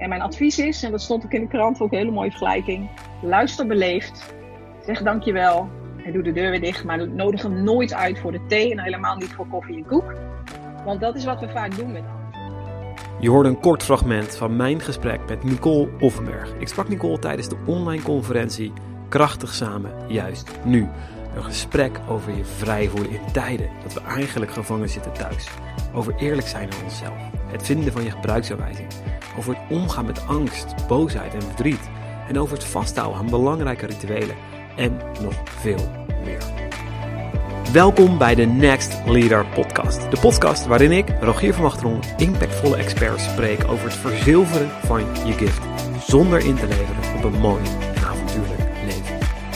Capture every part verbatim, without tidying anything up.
En mijn advies is, en dat stond ook in de krant, ook een hele mooie vergelijking. Luister beleefd. Zeg dankjewel. En doe de deur weer dicht. Maar nodig hem nooit uit voor de thee. En helemaal niet voor koffie en koek. Want dat is wat we vaak doen met anderen. Je hoorde een kort fragment van mijn gesprek met Nicole Offenberg. Ik sprak Nicole tijdens de online conferentie Krachtig Samen, juist nu. Een gesprek over je vrij voelen in tijden dat we eigenlijk gevangen zitten thuis. Over eerlijk zijn aan onszelf. Het vinden van je gebruiksaanwijzing. Over het omgaan met angst, boosheid en verdriet. En over het vasthouden aan belangrijke rituelen. En nog veel meer. Welkom bij de Next Leader podcast. De podcast waarin ik, Rogier van Wachterom, impactvolle experts spreek over het verzilveren van je gift. Zonder in te leveren op een mooi en avontuurlijk leven.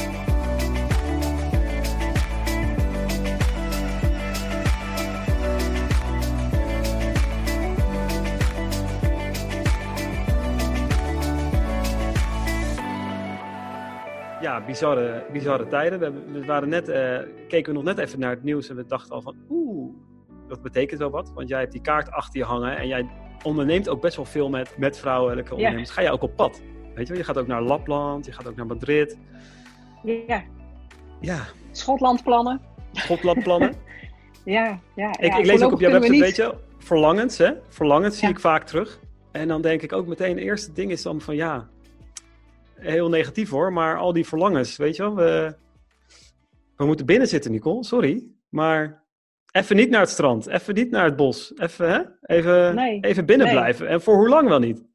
Ja, bizarre, bizarre tijden. We, hebben, we waren net, uh, keken we nog net even naar het nieuws en we dachten al van oeh, dat betekent wel wat. Want jij hebt die kaart achter je hangen en jij onderneemt ook best wel veel met, met vrouwelijke ondernemers. Ja. Ga je ook op pad? Weet je wel, je gaat ook naar Lapland, je gaat ook naar Madrid. Ja. Ja. Schotlandplannen. Schotlandplannen. ja, ja. Ik, ja. ik lees ook op jouw website, niet... weet je, verlangens, hè? Verlangens ja. zie ik vaak terug. En dan denk ik ook meteen, het eerste ding is dan van ja... Heel negatief hoor, maar al die verlangens, weet je wel. We, we moeten binnen zitten, Nicole, sorry. Maar even niet naar het strand, even niet naar het bos. Even, hè? even, nee, even binnen nee. blijven. En voor hoe lang wel niet?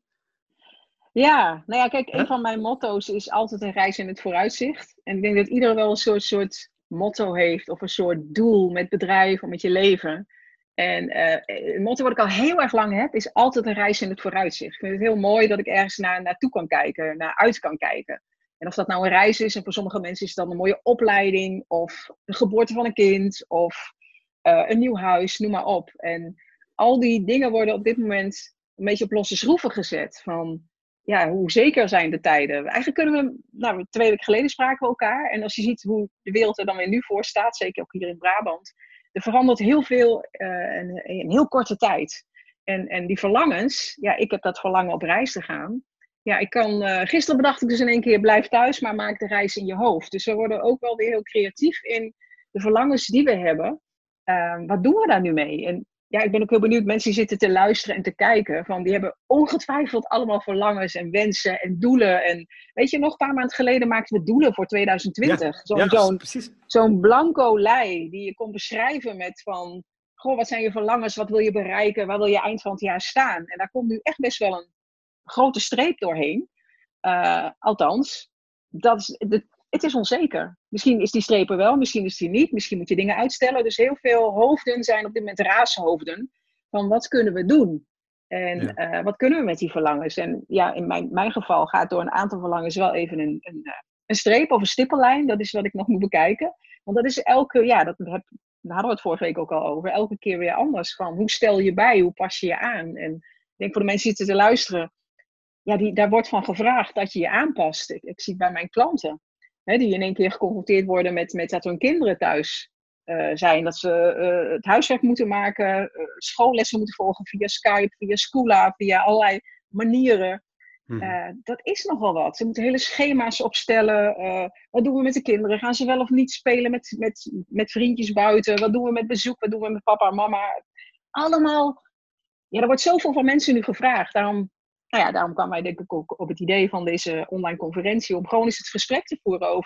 Ja, nou ja, kijk, Huh? een van mijn motto's is altijd een reis in het vooruitzicht. En ik denk dat iedereen wel een soort, soort motto heeft of een soort doel met bedrijf of met je leven. En uh, het motto wat ik al heel erg lang heb, is altijd een reis in het vooruitzicht. Ik vind het heel mooi dat ik ergens naar, naartoe kan kijken, naar uit kan kijken. En of dat nou een reis is, en voor sommige mensen is het dan een mooie opleiding, of de geboorte van een kind, of uh, een nieuw huis, noem maar op. En al die dingen worden op dit moment een beetje op losse schroeven gezet. Van, ja, hoe zeker zijn de tijden? Eigenlijk kunnen we, nou, twee weken geleden spraken we elkaar. En als je ziet hoe de wereld er dan weer nu voor staat, zeker ook hier in Brabant... Er verandert heel veel uh, in, in een heel korte tijd. En, en die verlangens, ja, ik heb dat verlangen op reis te gaan. Ja, ik kan, uh, gisteren bedacht ik dus in één keer, blijf thuis, maar maak de reis in je hoofd. Dus we worden ook wel weer heel creatief in de verlangens die we hebben. Uh, wat doen we daar nu mee? En ja, ik ben ook heel benieuwd, mensen die zitten te luisteren en te kijken, van die hebben ongetwijfeld allemaal verlangens en wensen en doelen. En weet je, nog een paar maanden geleden maakten we doelen voor twintig twintig. Ja, zo'n, ja, zo'n, precies. zo'n blanco lei die je kon beschrijven met van, goh, wat zijn je verlangens, wat wil je bereiken, waar wil je eind van het jaar staan? En daar komt nu echt best wel een grote streep doorheen. Uh, althans, dat is, de, het is onzeker. Misschien is die streep er wel, misschien is die niet. Misschien moet je dingen uitstellen. Dus heel veel hoofden zijn op dit moment raashoofden. Van wat kunnen we doen? En ja. uh, wat kunnen we met die verlangens? En ja, in mijn, mijn geval gaat door een aantal verlangens wel even een, een, een streep of een stippellijn. Dat is wat ik nog moet bekijken. Want dat is elke, ja, dat heb, daar hadden we het vorige week ook al over. Elke keer weer anders. Van hoe stel je bij? Hoe pas je je aan? En ik denk voor de mensen die zitten te luisteren. Ja, die, daar wordt van gevraagd dat je je aanpast. Ik, ik zie het bij mijn klanten. Hè, die in één keer geconfronteerd worden met, met dat hun kinderen thuis uh, zijn. Dat ze uh, het huiswerk moeten maken, uh, schoollessen moeten volgen via Skype, via Schoola, via allerlei manieren. Uh, hmm. Dat is nogal wat. Ze moeten hele schema's opstellen. Uh, wat doen we met de kinderen? Gaan ze wel of niet spelen met, met, met vriendjes buiten? Wat doen we met bezoek? Wat doen we met papa en mama? Allemaal. Ja, er wordt zoveel van mensen nu gevraagd. Daarom... Nou ja, daarom kwamen wij denk ik ook op het idee van deze online conferentie om gewoon eens het gesprek te voeren over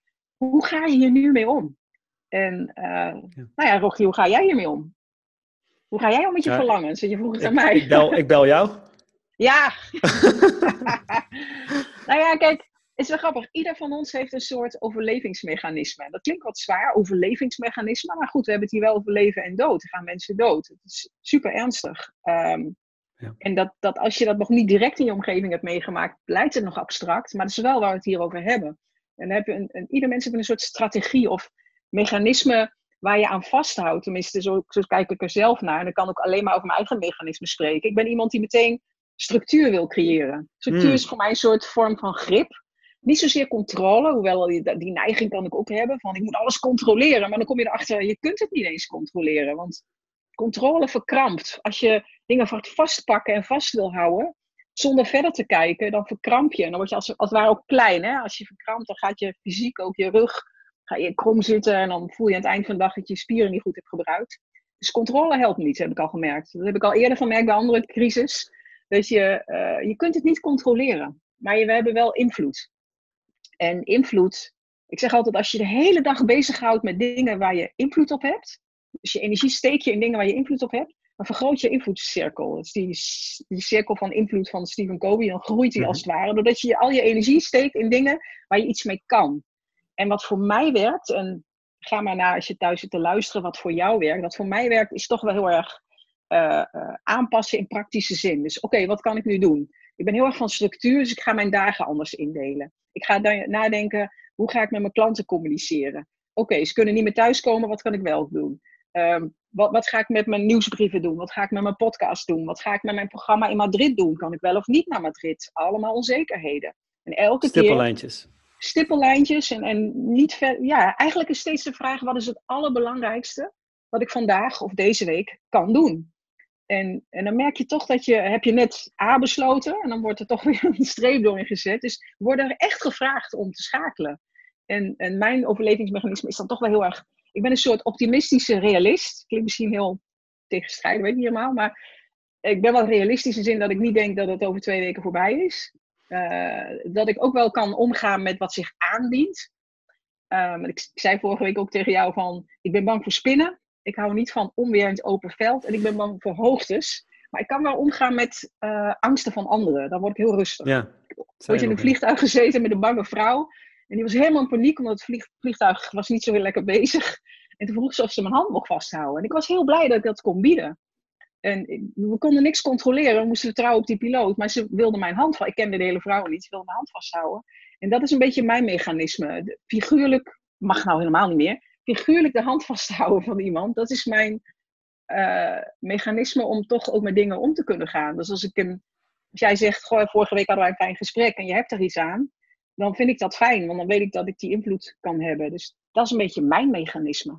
hoe ga je hier nu mee om? En uh, ja. nou ja, Rogier, hoe ga jij hiermee om? Hoe ga jij om met je ja, verlangens? Want je vroeg het ik, aan mij. Ik bel, ik bel jou. Ja. Nou ja, kijk, het is wel grappig. Ieder van ons heeft een soort overlevingsmechanisme. Dat klinkt wat zwaar, overlevingsmechanisme. Maar goed, we hebben het hier wel over leven en dood. Er gaan mensen dood. Het is super ernstig. Um, Ja. En dat, dat als je dat nog niet direct in je omgeving hebt meegemaakt, lijkt het nog abstract. Maar dat is wel waar we het hier over hebben. En dan heb je een, een, ieder mens heeft een soort strategie of mechanisme waar je aan vasthoudt. Tenminste, zo, zo kijk ik er zelf naar. En dan kan ik alleen maar over mijn eigen mechanisme spreken. Ik ben iemand die meteen structuur wil creëren. Structuur mm. is voor mij een soort vorm van grip. Niet zozeer controle, hoewel die, die neiging kan ik ook hebben. Van ik moet alles controleren. Maar dan kom je erachter, je kunt het niet eens controleren. Want controle verkrampt. Als je dingen vastpakken en vast wil houden, zonder verder te kijken, dan verkramp je. En dan word je als, als het ware ook klein. Hè? Als je verkrampt, dan gaat je fysiek ook je rug, ga je krom zitten. En dan voel je aan het eind van de dag dat je je spieren niet goed hebt gebruikt. Dus controle helpt niet, heb ik al gemerkt. Dat heb ik al eerder gemerkt bij andere crisis. Dat je, uh, je kunt het niet controleren. Maar je, we hebben wel invloed. En invloed, ik zeg altijd, als je de hele dag bezighoudt met dingen waar je invloed op hebt. Dus je energie steek je in dingen waar je invloed op hebt. Dan vergroot je invloedscirkel. Dat is die, die cirkel van invloed van Stephen Covey. Dan groeit die als het ware. Doordat je al je energie steekt in dingen waar je iets mee kan. En wat voor mij werkt, en ga maar naar als je thuis zit te luisteren wat voor jou werkt. Wat voor mij werkt is toch wel heel erg uh, uh, aanpassen in praktische zin. Dus oké, okay, wat kan ik nu doen? Ik ben heel erg van structuur, dus ik ga mijn dagen anders indelen. Ik ga dan nadenken, hoe ga ik met mijn klanten communiceren? Oké, okay, ze kunnen niet meer thuiskomen, wat kan ik wel doen? Um, wat, wat ga ik met mijn nieuwsbrieven doen? Wat ga ik met mijn podcast doen? Wat ga ik met mijn programma in Madrid doen? Kan ik wel of niet naar Madrid? Allemaal onzekerheden. En elke Stippellijntjes. keer... Stippellijntjes. En, en niet ver... Ja, eigenlijk is steeds de vraag, wat is het allerbelangrijkste wat ik vandaag of deze week kan doen? En, en dan merk je toch dat je, heb je net A besloten en dan wordt er toch weer een streep doorheen gezet. Dus we worden er echt gevraagd om te schakelen. En, en mijn overlevingsmechanisme is dan toch wel heel erg... Ik ben een soort optimistische realist. Klinkt misschien heel tegenstrijdig, weet ik niet helemaal. Maar ik ben wel realistisch in de zin dat ik niet denk dat het over twee weken voorbij is. Uh, dat ik ook wel kan omgaan met wat zich aandient. Um, ik, ik zei vorige week ook tegen jou van... Ik ben bang voor spinnen. Ik hou niet van onweer in het open veld. En ik ben bang voor hoogtes. Maar ik kan wel omgaan met uh, angsten van anderen. Dan word ik heel rustig. Ja, ik heb ooit in een vliegtuig gezeten met een bange vrouw. En die was helemaal in paniek, omdat het vlieg, vliegtuig was niet zo heel lekker bezig. En toen vroeg ze of ze mijn hand mocht vasthouden. En ik was heel blij dat ik dat kon bieden. En ik, we konden niks controleren, we moesten vertrouwen op die piloot. Maar ze wilde mijn hand vasthouden. Ik kende de hele vrouw niet, ze wilde mijn hand vasthouden. En dat is een beetje mijn mechanisme. De, figuurlijk, mag nou helemaal niet meer. Figuurlijk de hand vasthouden van iemand, dat is mijn uh, mechanisme om toch ook met dingen om te kunnen gaan. Dus als ik een, als jij zegt, goh, vorige week hadden wij een fijn gesprek en je hebt er iets aan. Dan vind ik dat fijn, want dan weet ik dat ik die invloed kan hebben. Dus dat is een beetje mijn mechanisme.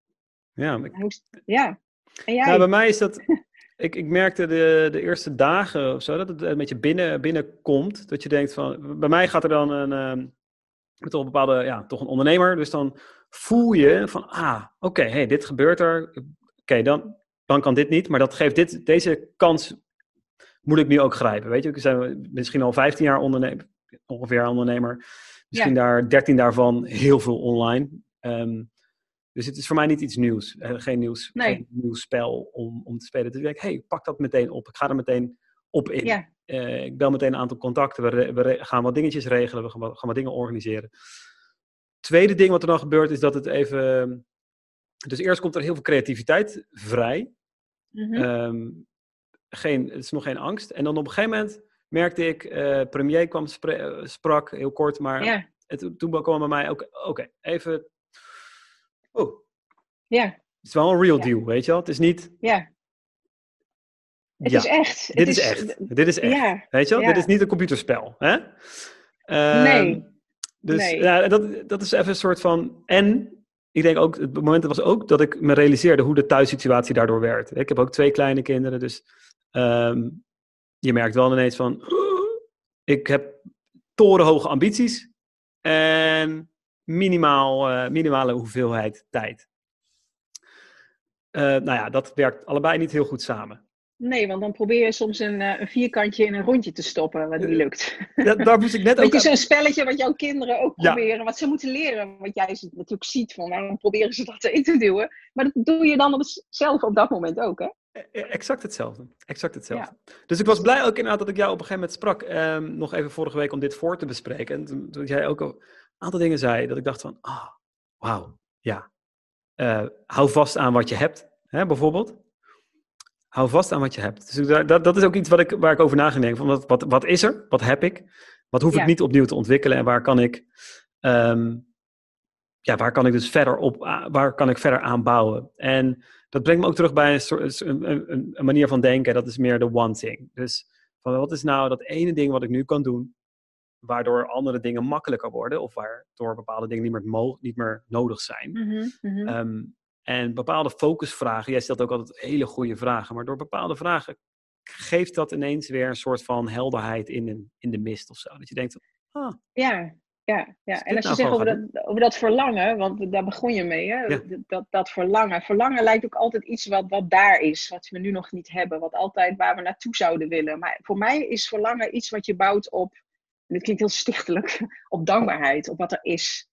Ja, ik... ja. En jij? Nou, bij mij is dat... ik, ik merkte de, de eerste dagen of zo, dat het een beetje binnen, binnenkomt. Dat je denkt van... Bij mij gaat er dan een... Um, met een bepaalde... Ja, toch een ondernemer. Dus dan voel je van... Ah, oké, okay, hey, dit gebeurt er. Oké, okay, dan, dan kan dit niet. Maar dat geeft dit, deze kans... Moet ik nu ook grijpen, weet je. Ik ben misschien al vijftien jaar ondernemer... ongeveer ondernemer. Misschien ja. daar dertien daarvan heel veel online. Um, dus het is voor mij niet iets nieuws. Uh, geen nieuws, nee. geen nieuw spel om, om te spelen. Dus ik denk, hey, pak dat meteen op. Ik ga er meteen op in. Ja. Uh, ik bel meteen een aantal contacten. We, re- we re- gaan wat dingetjes regelen. We gaan wat, gaan wat dingen organiseren. Tweede ding wat er dan gebeurt is dat het even... Dus eerst komt er heel veel creativiteit vrij. Mm-hmm. Um, geen, het is nog geen angst. En dan op een gegeven moment... merkte ik, uh, premier kwam, spre- sprak, heel kort, maar ja. het, toen kwam bij mij ook, oké, okay, even, oh, ja. Het is wel een real ja. deal, weet je wel, het is niet, ja, het ja. is echt. Dit het is, is echt, dit is echt, ja. weet je wel, ja. dit is niet een computerspel, hè? Uh, nee. Dus nee. Ja, dat, dat is even een soort van, en ik denk ook, het moment was ook dat ik me realiseerde hoe de thuissituatie daardoor werd. Ik heb ook twee kleine kinderen, dus um, je merkt wel ineens van, ik heb torenhoge ambities en minimaal, uh, minimale hoeveelheid tijd. Uh, nou ja, dat werkt allebei niet heel goed samen. Nee, want dan probeer je soms een, uh, een vierkantje in een rondje te stoppen, wat niet lukt. Ja, daar moest ik net ook... Weet je, zo'n spelletje wat jouw kinderen ook ja. proberen, wat ze moeten leren. Wat jij natuurlijk ziet van, waarom proberen ze dat in te duwen. Maar dat doe je dan op het, zelf op dat moment ook, hè? Exact hetzelfde. Exact hetzelfde. Ja. Dus ik was blij ook inderdaad dat ik jou op een gegeven moment sprak. Um, nog even vorige week om dit voor te bespreken. En toen, toen jij ook al een aantal dingen zei. Dat ik dacht van, ah, oh, wauw, ja. Uh, hou vast aan wat je hebt, hè, bijvoorbeeld. Hou vast aan wat je hebt. Dus dat, dat is ook iets wat ik, waar ik over na ging denken. Van wat, wat, wat is er? Wat heb ik? Wat hoef ja. ik niet opnieuw te ontwikkelen? En waar kan ik... Um, ja, waar kan ik dus verder op... Waar kan ik verder aan bouwen? En... Dat brengt me ook terug bij een, soort, een, een, een manier van denken. Dat is meer de one thing. Dus van wat is nou dat ene ding wat ik nu kan doen, waardoor andere dingen makkelijker worden, of waardoor bepaalde dingen niet meer, mo- niet meer nodig zijn. Mm-hmm, mm-hmm. Um, en bepaalde focusvragen, jij stelt ook altijd hele goede vragen, maar door bepaalde vragen geeft dat ineens weer een soort van helderheid in, een, in de mist of zo. Dat je denkt, ah, Ja, ja, ja. als En als je nou zegt over doen. dat, over dat verlangen, want daar begon je mee, hè? Ja. Dat, dat verlangen. Verlangen lijkt ook altijd iets wat, wat daar is, wat we nu nog niet hebben, wat altijd waar we naartoe zouden willen. Maar voor mij is verlangen iets wat je bouwt op, en dit klinkt heel stichtelijk, op dankbaarheid, op wat er is.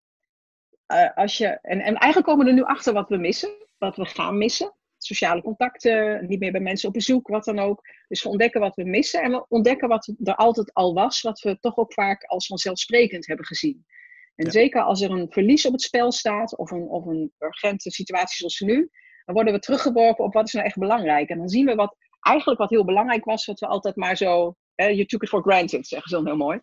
Uh, als je, en, en eigenlijk komen we er nu achter wat we missen, wat we gaan missen. Sociale contacten, niet meer bij mensen op bezoek, wat dan ook. Dus we ontdekken wat we missen en we ontdekken wat er altijd al was, wat we toch ook vaak als vanzelfsprekend hebben gezien. En Ja. zeker als er een verlies op het spel staat, of een, of een urgente situatie zoals nu, dan worden we teruggeworpen op wat is nou echt belangrijk. En dan zien we wat eigenlijk wat heel belangrijk was, wat we altijd maar zo, eh, you took it for granted, zeggen ze dan heel mooi.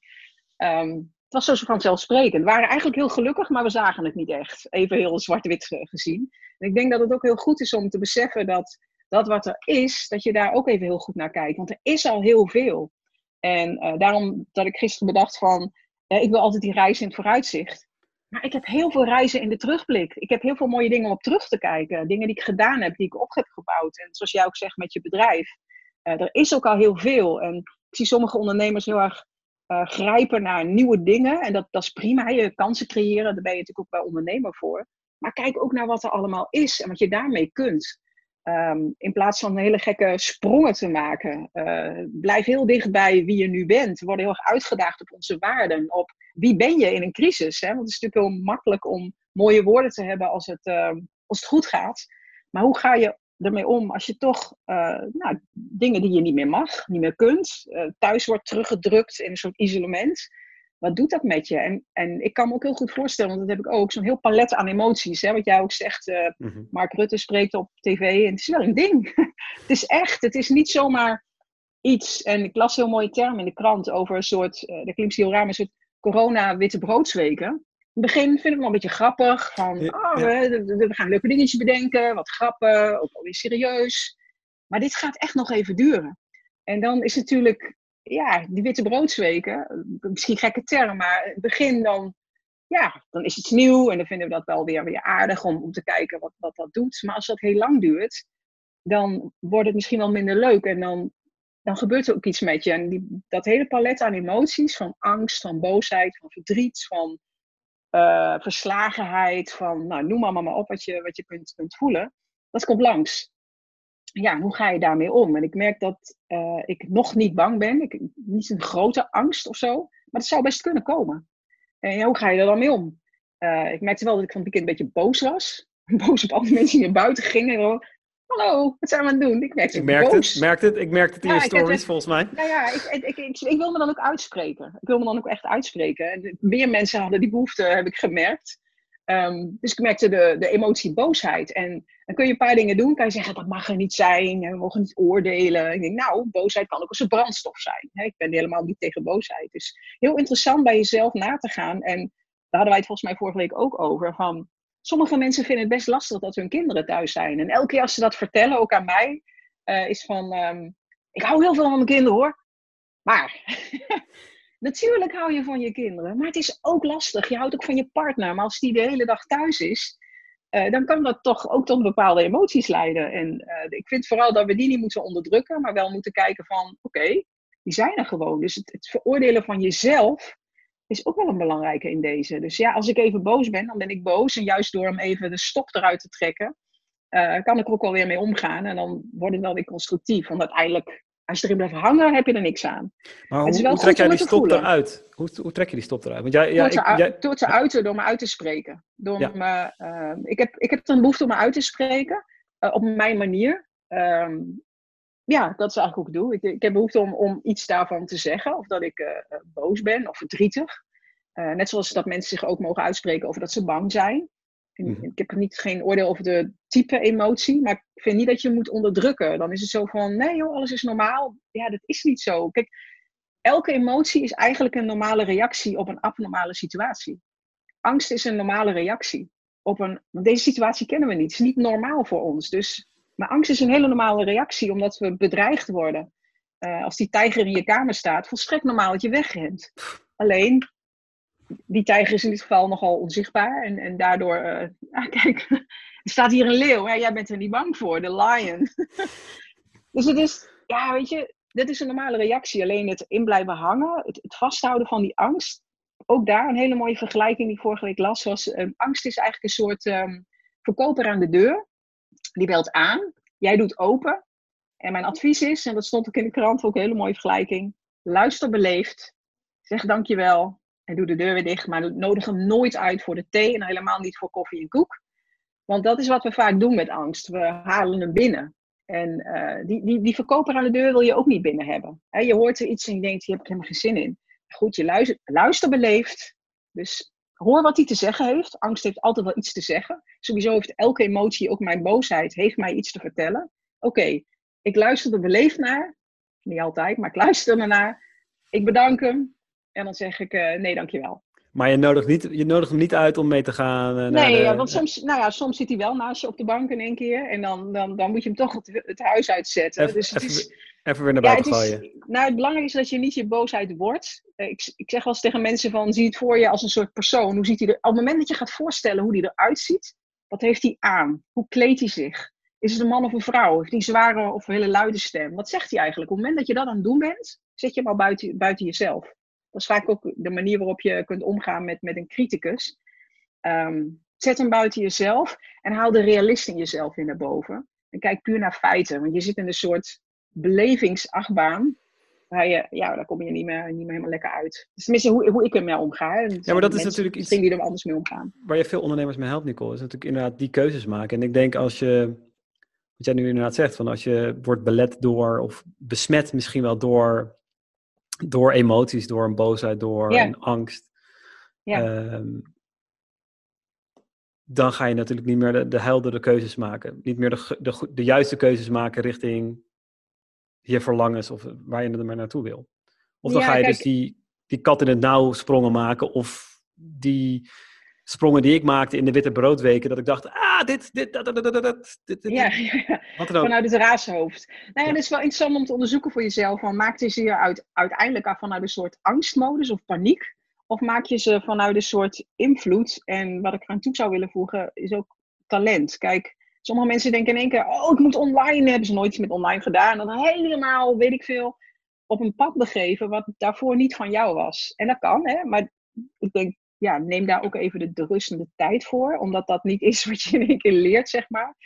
Um, het was zo vanzelfsprekend. We waren eigenlijk heel gelukkig, maar we zagen het niet echt. Even heel zwart-wit gezien. En ik denk dat het ook heel goed is om te beseffen dat dat wat er is, dat je daar ook even heel goed naar kijkt. Want er is al heel veel. En uh, daarom dat ik gisteren bedacht van, uh, ik wil altijd die reizen in het vooruitzicht. Maar ik heb heel veel reizen in de terugblik. Ik heb heel veel mooie dingen om op terug te kijken. Dingen die ik gedaan heb, die ik op heb gebouwd. En zoals jij ook zegt met je bedrijf. Uh, er is ook al heel veel. En ik zie sommige ondernemers heel erg Uh, grijpen naar nieuwe dingen. En dat, dat is prima. Je kansen creëren. Daar ben je natuurlijk ook bij ondernemer voor. Maar kijk ook naar wat er allemaal is. En wat je daarmee kunt. Um, in plaats van hele gekke sprongen te maken. Uh, blijf heel dicht bij wie je nu bent. We worden heel erg uitgedaagd op onze waarden. Op wie ben je in een crisis. Hè? Want het is natuurlijk heel makkelijk om mooie woorden te hebben als het, uh, als het goed gaat. Maar hoe ga je ermee om als je toch uh, nou, dingen die je niet meer mag, niet meer kunt, uh, thuis wordt teruggedrukt in een soort isolement. Wat doet dat met je? En, en ik kan me ook heel goed voorstellen, want dat heb ik ook, zo'n heel palet aan emoties. Hè, wat jij ook zegt, uh, mm-hmm. Mark Rutte spreekt op tv en het is wel een ding. Het is echt, het is niet zomaar iets. En ik las een heel mooie term in de krant over een soort, uh, dat klinkt heel raar, maar een soort corona-wittebroodsweken. In het begin vind ik het wel een beetje grappig. Van, ja, oh, ja. we, we gaan leuke dingetjes bedenken. Wat grappen. Ook alweer serieus. Maar dit gaat echt nog even duren. En dan is natuurlijk... Ja, die wittebroodsweken. Misschien gekke term. Maar in het begin dan... Ja, dan is het nieuw. En dan vinden we dat wel weer, weer aardig. Om, om te kijken wat, wat dat doet. Maar als dat heel lang duurt... Dan wordt het misschien wel minder leuk. En dan... Dan gebeurt er ook iets met je. En die, dat hele palet aan emoties. Van angst, van boosheid, van verdriet. Van... Uh, verslagenheid, van nou, noem maar, maar op wat je, wat je kunt, kunt voelen. Dat komt langs. Ja, hoe ga je daarmee om? En ik merk dat uh, ik nog niet bang ben. Ik, niet een grote angst of zo. Maar het zou best kunnen komen. En ja, hoe ga je er dan mee om? Uh, ik merkte wel dat ik van het weekend een beetje boos was. Boos op alle mensen die naar buiten gingen. Hallo, wat zijn we aan het doen? Ik merkte, ik merkte boos. het, merkte het, ik merkte het in ja, je stories het, volgens mij. Nou ja, ik, ik, ik, ik, ik wil me dan ook uitspreken. Ik wil me dan ook echt uitspreken. En meer mensen hadden die behoefte, heb ik gemerkt. Um, dus ik merkte de, de emotie boosheid. En dan kun je een paar dingen doen. Kan je zeggen, dat mag er niet zijn. We mogen niet oordelen. Ik denk, nou, boosheid kan ook als een brandstof zijn. Ik ben helemaal niet tegen boosheid. Dus heel interessant bij jezelf na te gaan. En daar hadden wij het volgens mij vorige week ook over. Van, sommige mensen vinden het best lastig dat hun kinderen thuis zijn. En elke keer als ze dat vertellen, ook aan mij, uh, is van... Um, ik hou heel veel van mijn kinderen, hoor. Maar... Natuurlijk hou je van je kinderen, maar het is ook lastig. Je houdt ook van je partner, maar als die de hele dag thuis is, uh, dan kan dat toch ook tot bepaalde emoties leiden. En uh, ik vind vooral dat we die niet moeten onderdrukken, maar wel moeten kijken van, oké, okay, die zijn er gewoon. Dus het, het veroordelen van jezelf is ook wel een belangrijke in deze. Dus ja, als ik even boos ben, dan ben ik boos. En juist door hem even de stok eruit te trekken, uh, kan ik er ook wel weer mee omgaan. En dan wordt het wel weer constructief, want uiteindelijk... Als je erin blijft hangen, heb je er niks aan. Maar hoe, hoe trek jij die stop eruit? Hoe, hoe trek je die stop eruit? Want jij, ja, door, te, ik, jij... door te uiten, door me uit te spreken. Door ja. me, uh, ik, heb, ik heb een behoefte om me uit te spreken. Uh, op mijn manier. Um, ja, dat is eigenlijk hoe ik doe. Ik, ik heb behoefte om, om iets daarvan te zeggen. Of dat ik uh, boos ben of verdrietig. Uh, net zoals dat mensen zich ook mogen uitspreken over dat ze bang zijn. Mm-hmm. Ik heb niet, geen oordeel over de type emotie, maar ik vind niet dat je moet onderdrukken. Dan is het zo van, nee joh, alles is normaal. Ja, dat is niet zo. Kijk, elke emotie is eigenlijk een normale reactie op een abnormale situatie. Angst is een normale reactie op een... Want deze situatie kennen we niet. Het is niet normaal voor ons. Dus, maar angst is een hele normale reactie, omdat we bedreigd worden. Uh, als die tijger in je kamer staat, volstrekt normaal dat je wegrent. Alleen... Die tijger is in dit geval nogal onzichtbaar. En, en daardoor... Uh, ah, kijk, er staat hier een leeuw. Ja, jij bent er niet bang voor. De lion. Dus het is... Ja, weet je... dit is een normale reactie. Alleen het in blijven hangen, het, het vasthouden van die angst. Ook daar een hele mooie vergelijking die ik vorige week las. Was, um, angst is eigenlijk een soort um, verkoper aan de deur. Die belt aan. Jij doet open. En mijn advies is, en dat stond ook in de krant, ook een hele mooie vergelijking. Luister beleefd. Zeg dankjewel. En doe de deur weer dicht. Maar nodig hem nooit uit voor de thee. En helemaal niet voor koffie en koek. Want dat is wat we vaak doen met angst. We halen hem binnen. En uh, die, die, die verkoper aan de deur wil je ook niet binnen hebben. He, je hoort er iets en je denkt, hier heb ik helemaal geen zin in. Goed, je luister, luister beleefd. Dus hoor wat hij te zeggen heeft. Angst heeft altijd wel iets te zeggen. Sowieso heeft elke emotie, ook mijn boosheid, heeft mij iets te vertellen. Oké, okay, ik luister er beleefd naar. Niet altijd, maar ik luister ernaar. Ik bedank hem. En dan zeg ik, uh, nee, dankjewel. Maar je nodigt, niet, je nodigt hem niet uit om mee te gaan? Uh, nee, de... ja, want soms, nou ja, soms zit hij wel naast je op de bank in één keer. En dan, dan, dan moet je hem toch het, het huis uitzetten. Even, dus het even, is, even weer naar ja, buiten het is, gooien. Nou, het belangrijke is dat je niet je boosheid wordt. Ik, ik zeg wel eens tegen mensen van, zie het voor je als een soort persoon. Hoe ziet hij er, op het moment dat je gaat voorstellen hoe hij eruit ziet, wat heeft hij aan? Hoe kleedt hij zich? Is het een man of een vrouw? Heeft hij een zware of een hele luide stem? Wat zegt hij eigenlijk? Op het moment dat je dat aan het doen bent, zet je hem al buiten, buiten jezelf. Dat is vaak ook de manier waarop je kunt omgaan met, met een criticus. Um, zet hem buiten jezelf en haal de realist in jezelf weer naar boven. En kijk puur naar feiten, want je zit in een soort belevingsachtbaan. Waar je, ja, daar kom je niet meer, niet meer helemaal lekker uit. Dus tenminste, hoe, hoe ik ermee omga. En ja, maar dat is natuurlijk iets die er anders mee omgaan. Waar je veel ondernemers mee helpt, Nicole, is natuurlijk inderdaad die keuzes maken. En ik denk als je, wat jij nu inderdaad zegt, van als je wordt belet door, of besmet misschien wel door, door emoties, door een boosheid, door Ja. een angst. Ja. Um, dan ga je natuurlijk niet meer de, de heldere keuzes maken. Niet meer de, de, de juiste keuzes maken richting je verlangens of waar je er maar naartoe wil. Of dan ja, ga je kijk, dus die, die kat in het nauw sprongen maken. Of die sprongen die ik maakte in de witte broodweken. Dat ik dacht, ah, dit, dit, dat, dat, dat, dat, dit, dit. Ja, ja, ja. Wat dan ook. Vanuit het raadshoofd. Nou ja, ja. het is wel interessant om te onderzoeken voor jezelf. Van, maakt je ze uit, uiteindelijk vanuit een soort angstmodus of paniek? Of maak je ze vanuit een soort invloed? En wat ik eraan toe zou willen voegen, is ook talent. Kijk, sommige mensen denken in één keer, oh, ik moet online. Hebben ze nooit iets met online gedaan. En dan helemaal, weet ik veel, op een pad begeven wat daarvoor niet van jou was. En dat kan, hè. Maar ik denk, ja, neem daar ook even de, de rust en de tijd voor. Omdat dat niet is wat je in één keer leert, zeg maar.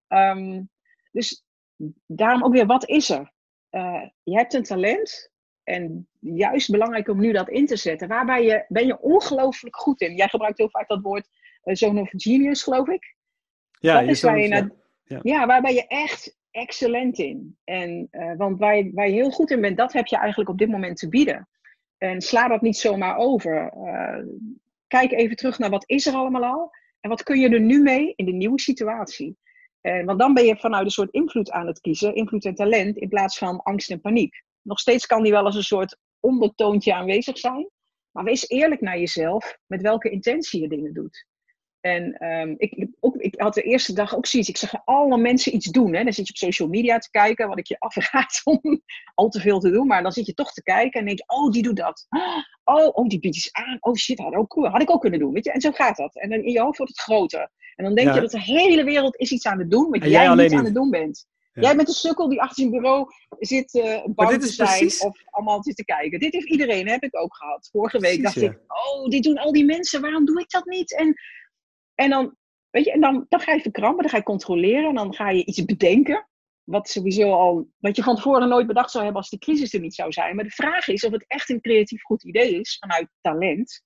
Um, dus daarom ook weer, wat is er? Uh, je hebt een talent. En juist belangrijk om nu dat in te zetten. Waarbij je, ben je ongelooflijk goed in. Jij gebruikt heel vaak dat woord uh, zone of genius, geloof ik. Ja, dat is waar je, naar, ja. ja, waar ben je echt excellent in. En, uh, want waar je, waar je heel goed in bent, dat heb je eigenlijk op dit moment te bieden. En sla dat niet zomaar over. Uh, kijk even terug naar wat is er allemaal al. En wat kun je er nu mee in de nieuwe situatie. Uh, want dan ben je vanuit een soort invloed aan het kiezen. Invloed en talent in plaats van angst en paniek. Nog steeds kan die wel als een soort ondertoontje aanwezig zijn. Maar wees eerlijk naar jezelf met welke intentie je dingen doet. En um, ik, ook, ik had de eerste dag ook zoiets. Ik zag alle mensen iets doen. Hè. Dan zit je op social media te kijken. Wat ik je afraad om al te veel te doen. Maar dan zit je toch te kijken. En denk je, oh, die doet dat. Oh, oh die biedt iets aan. Oh shit, had, ook, had ik ook kunnen doen. Weet je? En zo gaat dat. En dan in je hoofd wordt het groter. En dan denk ja. je dat de hele wereld is iets aan het doen. Maar jij, jij niet aan het doen bent. Ja. Jij bent een sukkel die achter zijn bureau zit uh, bang te zijn. Precies... Of allemaal zit te kijken. Dit heeft iedereen. Heb ik ook gehad. Vorige week precies, dacht ja. ik, oh, dit doen al die mensen. Waarom doe ik dat niet? En... En dan, weet je, en dan, dan ga je verkrampen, dan ga je controleren en dan ga je iets bedenken. Wat sowieso al, wat je van tevoren nooit bedacht zou hebben als de crisis er niet zou zijn. Maar de vraag is of het echt een creatief goed idee is vanuit talent.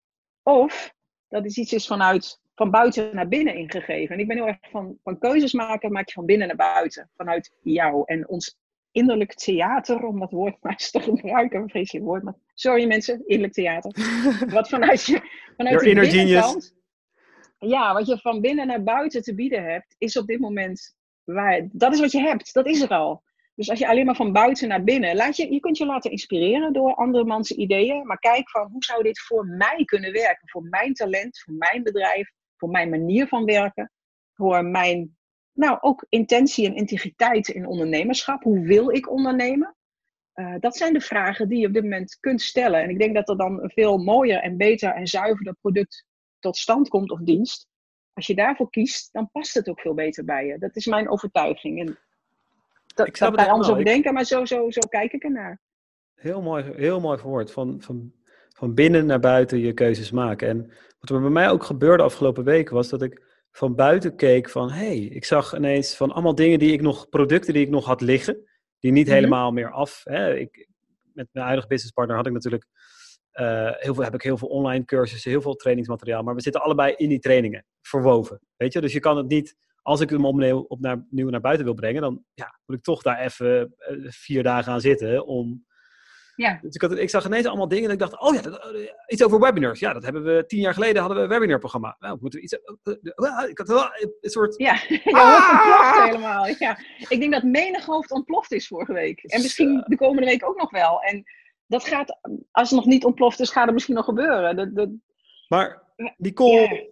Of dat is iets is vanuit, van buiten naar binnen ingegeven. En ik ben heel erg van, van keuzes maken, maak je van binnen naar buiten. Vanuit jou en ons innerlijk theater, om dat woord maar eens te gebruiken. Een vreselijk woord, maar sorry mensen, innerlijk theater. Wat vanuit je, vanuit de binnenkant... Ja, wat je van binnen naar buiten te bieden hebt, is op dit moment waar. Dat is wat je hebt, dat is er al. Dus als je alleen maar van buiten naar binnen, laat je, je kunt je laten inspireren door andermans ideeën, maar kijk van hoe zou dit voor mij kunnen werken, voor mijn talent, voor mijn bedrijf, voor mijn manier van werken, voor mijn, nou ook intentie en integriteit in ondernemerschap. Hoe wil ik ondernemen? Uh, dat zijn de vragen die je op dit moment kunt stellen. En ik denk dat er dan een veel mooier en beter en zuiverder product tot stand komt of dienst. Als je daarvoor kiest, dan past het ook veel beter bij je. Dat is mijn overtuiging. En dat, Ik snap dat het wij anders helemaal. over Ik- denken, maar zo, zo, zo kijk ik ernaar. Heel mooi, heel mooi verwoord. Van, van, van binnen naar buiten je keuzes maken. En wat er bij mij ook gebeurde afgelopen weken was dat ik van buiten keek van... hé, hey, ik zag ineens van allemaal dingen die ik nog... producten die ik nog had liggen. Die niet Mhm. helemaal meer af... Hè. Ik, met mijn huidige businesspartner had ik natuurlijk... Uh, heel veel, heb ik heel veel online cursussen, heel veel trainingsmateriaal. Maar we zitten allebei in die trainingen verwoven. Weet je? Dus je kan het niet... Als ik hem opnieuw, op naar, nieuw naar buiten wil brengen... dan ja, moet ik toch daar even uh, vier dagen aan zitten om... Ja. Dus ik, had, ik zag ineens allemaal dingen en ik dacht, oh ja, dat, uh, iets over webinars. Ja, dat hebben we tien jaar geleden hadden we een webinarprogramma. Nou, moeten we iets... Uh, uh, ik had wel een soort... Ja, je hoofd ontploft helemaal. Ja. Ik denk dat menig hoofd ontploft is vorige week. En misschien de komende week ook nog wel. En dat gaat, als het nog niet ontploft is, gaat het misschien nog gebeuren. Dat, dat... Maar, Nicole, ja.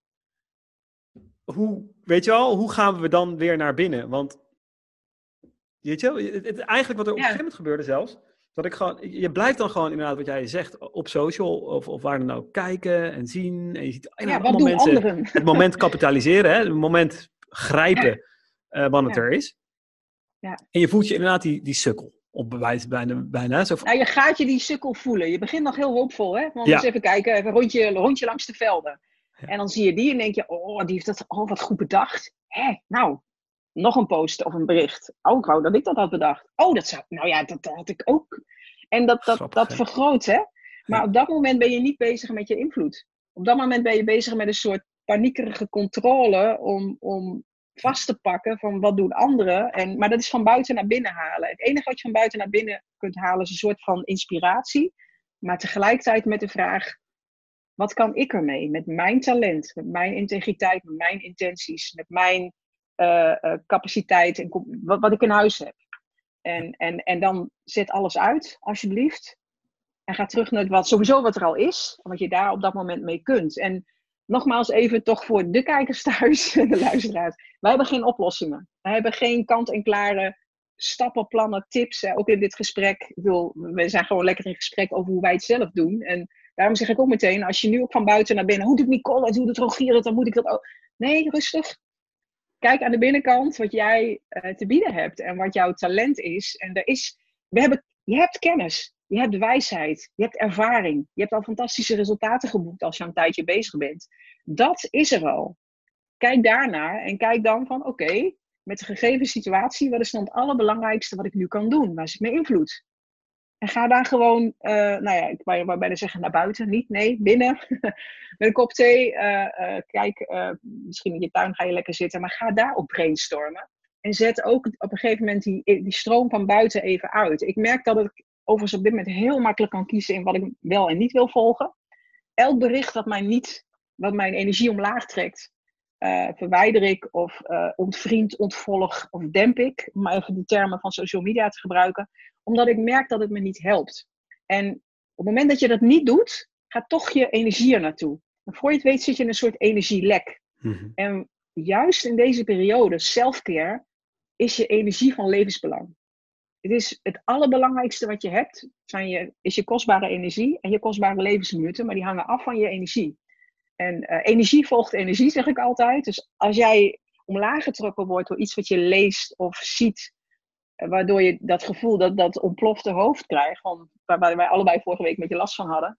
hoe, weet je wel, hoe gaan we dan weer naar binnen? Want, weet je wel, het, het, eigenlijk wat er op ja. een gegeven moment gebeurde zelfs... Dat ik gewoon, je blijft dan gewoon inderdaad wat jij zegt op social of, of waar dan ook kijken en zien. En je ziet ja, wat allemaal doen mensen anderen? Het moment kapitaliseren, hè, het moment grijpen ja. uh, wat het ja. er is. Ja. En je voelt je inderdaad die, die sukkel op bewijs bijna. bijna zo van... Nou, je gaat je die sukkel voelen. Je begint nog heel hoopvol, hè? Want ja. eens even kijken, even een rondje, rondje langs de velden. Ja. En dan zie je die en denk je, oh, die heeft dat oh, wat goed bedacht. Hé, nou, nog een post of een bericht. Oh, ik wou dat ik dat had bedacht. Oh, dat zou, nou ja, dat, dat had ik ook. En dat, dat, Grappig, dat vergroot, hè. Maar ja. op dat moment ben je niet bezig met je invloed. Op dat moment ben je bezig met een soort paniekerige controle om, om vast te pakken van wat doen anderen. En, maar dat is van buiten naar binnen halen. Het enige wat je van buiten naar binnen kunt halen is een soort van inspiratie. Maar tegelijkertijd met de vraag, wat kan ik ermee? Met mijn talent, met mijn integriteit, met mijn intenties, met mijn uh, uh, capaciteit en wat, wat ik in huis heb. En, en, en dan zet alles uit, alsjeblieft. En ga terug naar wat, sowieso wat er al is. Wat je daar op dat moment mee kunt. En nogmaals even toch voor de kijkers thuis en de luisteraars. Wij hebben geen oplossingen. Wij hebben geen kant-en-klare stappenplannen, tips. Ook in dit gesprek. Ik bedoel, we zijn gewoon lekker in gesprek over hoe wij het zelf doen. En daarom zeg ik ook meteen, als je nu ook van buiten naar binnen. Hoe doet Nicole het, hoe doet Rogier het, dan moet ik dat ook. Nee, rustig. Kijk aan de binnenkant wat jij uh, te bieden hebt en wat jouw talent is. En er is, we hebben, je hebt kennis, je hebt wijsheid, je hebt ervaring. Je hebt al fantastische resultaten geboekt als je een tijdje bezig bent. Dat is er al. Kijk daarnaar en kijk dan van oké, okay, met de gegeven situatie, wat is dan het allerbelangrijkste wat ik nu kan doen? Waar zit mijn invloed? En ga daar gewoon, uh, nou ja, ik wou, wou bijna zeggen naar buiten, niet, nee, binnen. Met een kop thee, uh, uh, kijk, uh, misschien in je tuin ga je lekker zitten, maar ga daarop brainstormen. En zet ook op een gegeven moment die, die stroom van buiten even uit. Ik merk dat ik overigens op dit moment heel makkelijk kan kiezen in wat ik wel en niet wil volgen. Elk bericht wat mij niet, wat mijn energie omlaag trekt, uh, verwijder ik of uh, ontvriend, ontvolg of demp ik. Om maar even die termen van social media te gebruiken. Omdat ik merk dat het me niet helpt. En op het moment dat je dat niet doet, gaat toch je energie er naartoe. En voor je het weet zit je in een soort energielek. Mm-hmm. En juist in deze periode, self-care, is je energie van levensbelang. Het is het allerbelangrijkste wat je hebt, zijn je, is je kostbare energie en je kostbare levensminuten, maar die hangen af van je energie. En uh, energie volgt energie, zeg ik altijd. Dus als jij omlaag getrokken wordt door iets wat je leest of ziet, waardoor je dat gevoel, dat, dat ontplofte hoofd krijgt, van, waar, waar wij allebei vorige week met je last van hadden.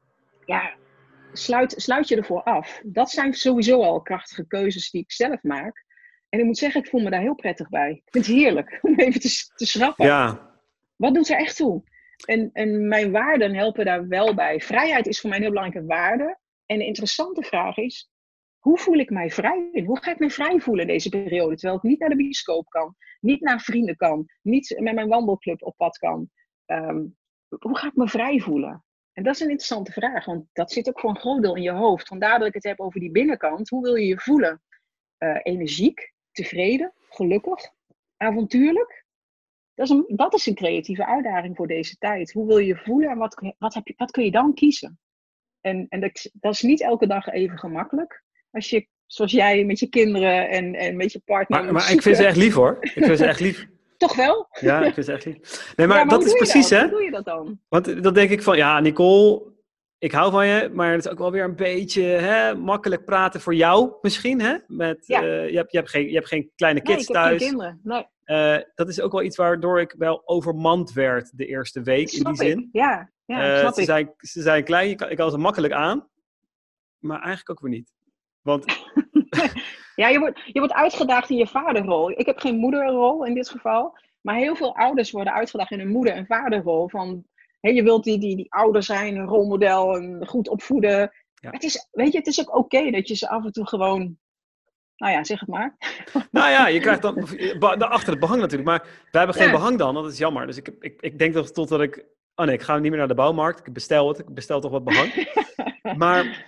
Ja, sluit, sluit je ervoor af. Dat zijn sowieso al krachtige keuzes die ik zelf maak. En ik moet zeggen, ik voel me daar heel prettig bij. Ik vind het heerlijk om even te, te schrappen. Ja. Wat doet er echt toe? En, en mijn waarden helpen daar wel bij. Vrijheid is voor mij een heel belangrijke waarde. En de interessante vraag is, hoe voel ik mij vrij? Hoe ga ik me vrij voelen deze periode? Terwijl ik niet naar de bioscoop kan, niet naar vrienden kan, niet met mijn wandelclub op pad kan. Um, hoe ga ik me vrij voelen? En dat is een interessante vraag, want dat zit ook voor een groot deel in je hoofd. Vandaar dat ik het heb over die binnenkant. Hoe wil je je voelen? Uh, energiek, tevreden, gelukkig, avontuurlijk? Dat is, een, dat is een creatieve uitdaging voor deze tijd. Hoe wil je je voelen en wat, wat, heb je, wat kun je dan kiezen? En, en dat, dat is niet elke dag even gemakkelijk. Als je, zoals jij, met je kinderen en, en met je partner... Maar, maar ik vind ze echt lief, hoor. Ik vind ze echt lief. Toch wel? Ja, ik vind ze echt lief. Nee, maar, ja, maar dat is precies, dat? hè? Hoe doe je dat dan? Want dan denk ik van, ja, Nicole... ik hou van je, maar het is ook wel weer een beetje hè, makkelijk praten voor jou misschien. Hè? Met, Ja. uh, je, hebt, je, hebt geen, je hebt geen kleine Nee, kids ik heb thuis. geen kinderen. Nee. Uh, dat is ook wel iets waardoor ik wel overmand werd de eerste week Snap in die ik. zin. Ja, ja uh, snap ze, ik. zijn, ze zijn klein, ik kan, ik kan ze makkelijk aan, maar eigenlijk ook weer niet. Want... ja, je wordt, je wordt uitgedaagd in je vaderrol. Ik heb geen moederrol in dit geval, maar heel veel ouders worden uitgedaagd in hun moeder- en vaderrol. Van, hé, je wilt die, die, die ouder zijn, een rolmodel, een goed opvoeden. Ja. Het is, weet je, het is ook oké okay dat je ze af en toe gewoon... Nou ja, zeg het maar. Nou ja, je krijgt dan achter het behang natuurlijk. Maar wij hebben geen ja. behang dan, dat is jammer. Dus ik, ik, ik denk toch totdat ik... Oh nee, ik ga niet meer naar de bouwmarkt. Ik bestel het. Ik bestel toch wat behang. maar...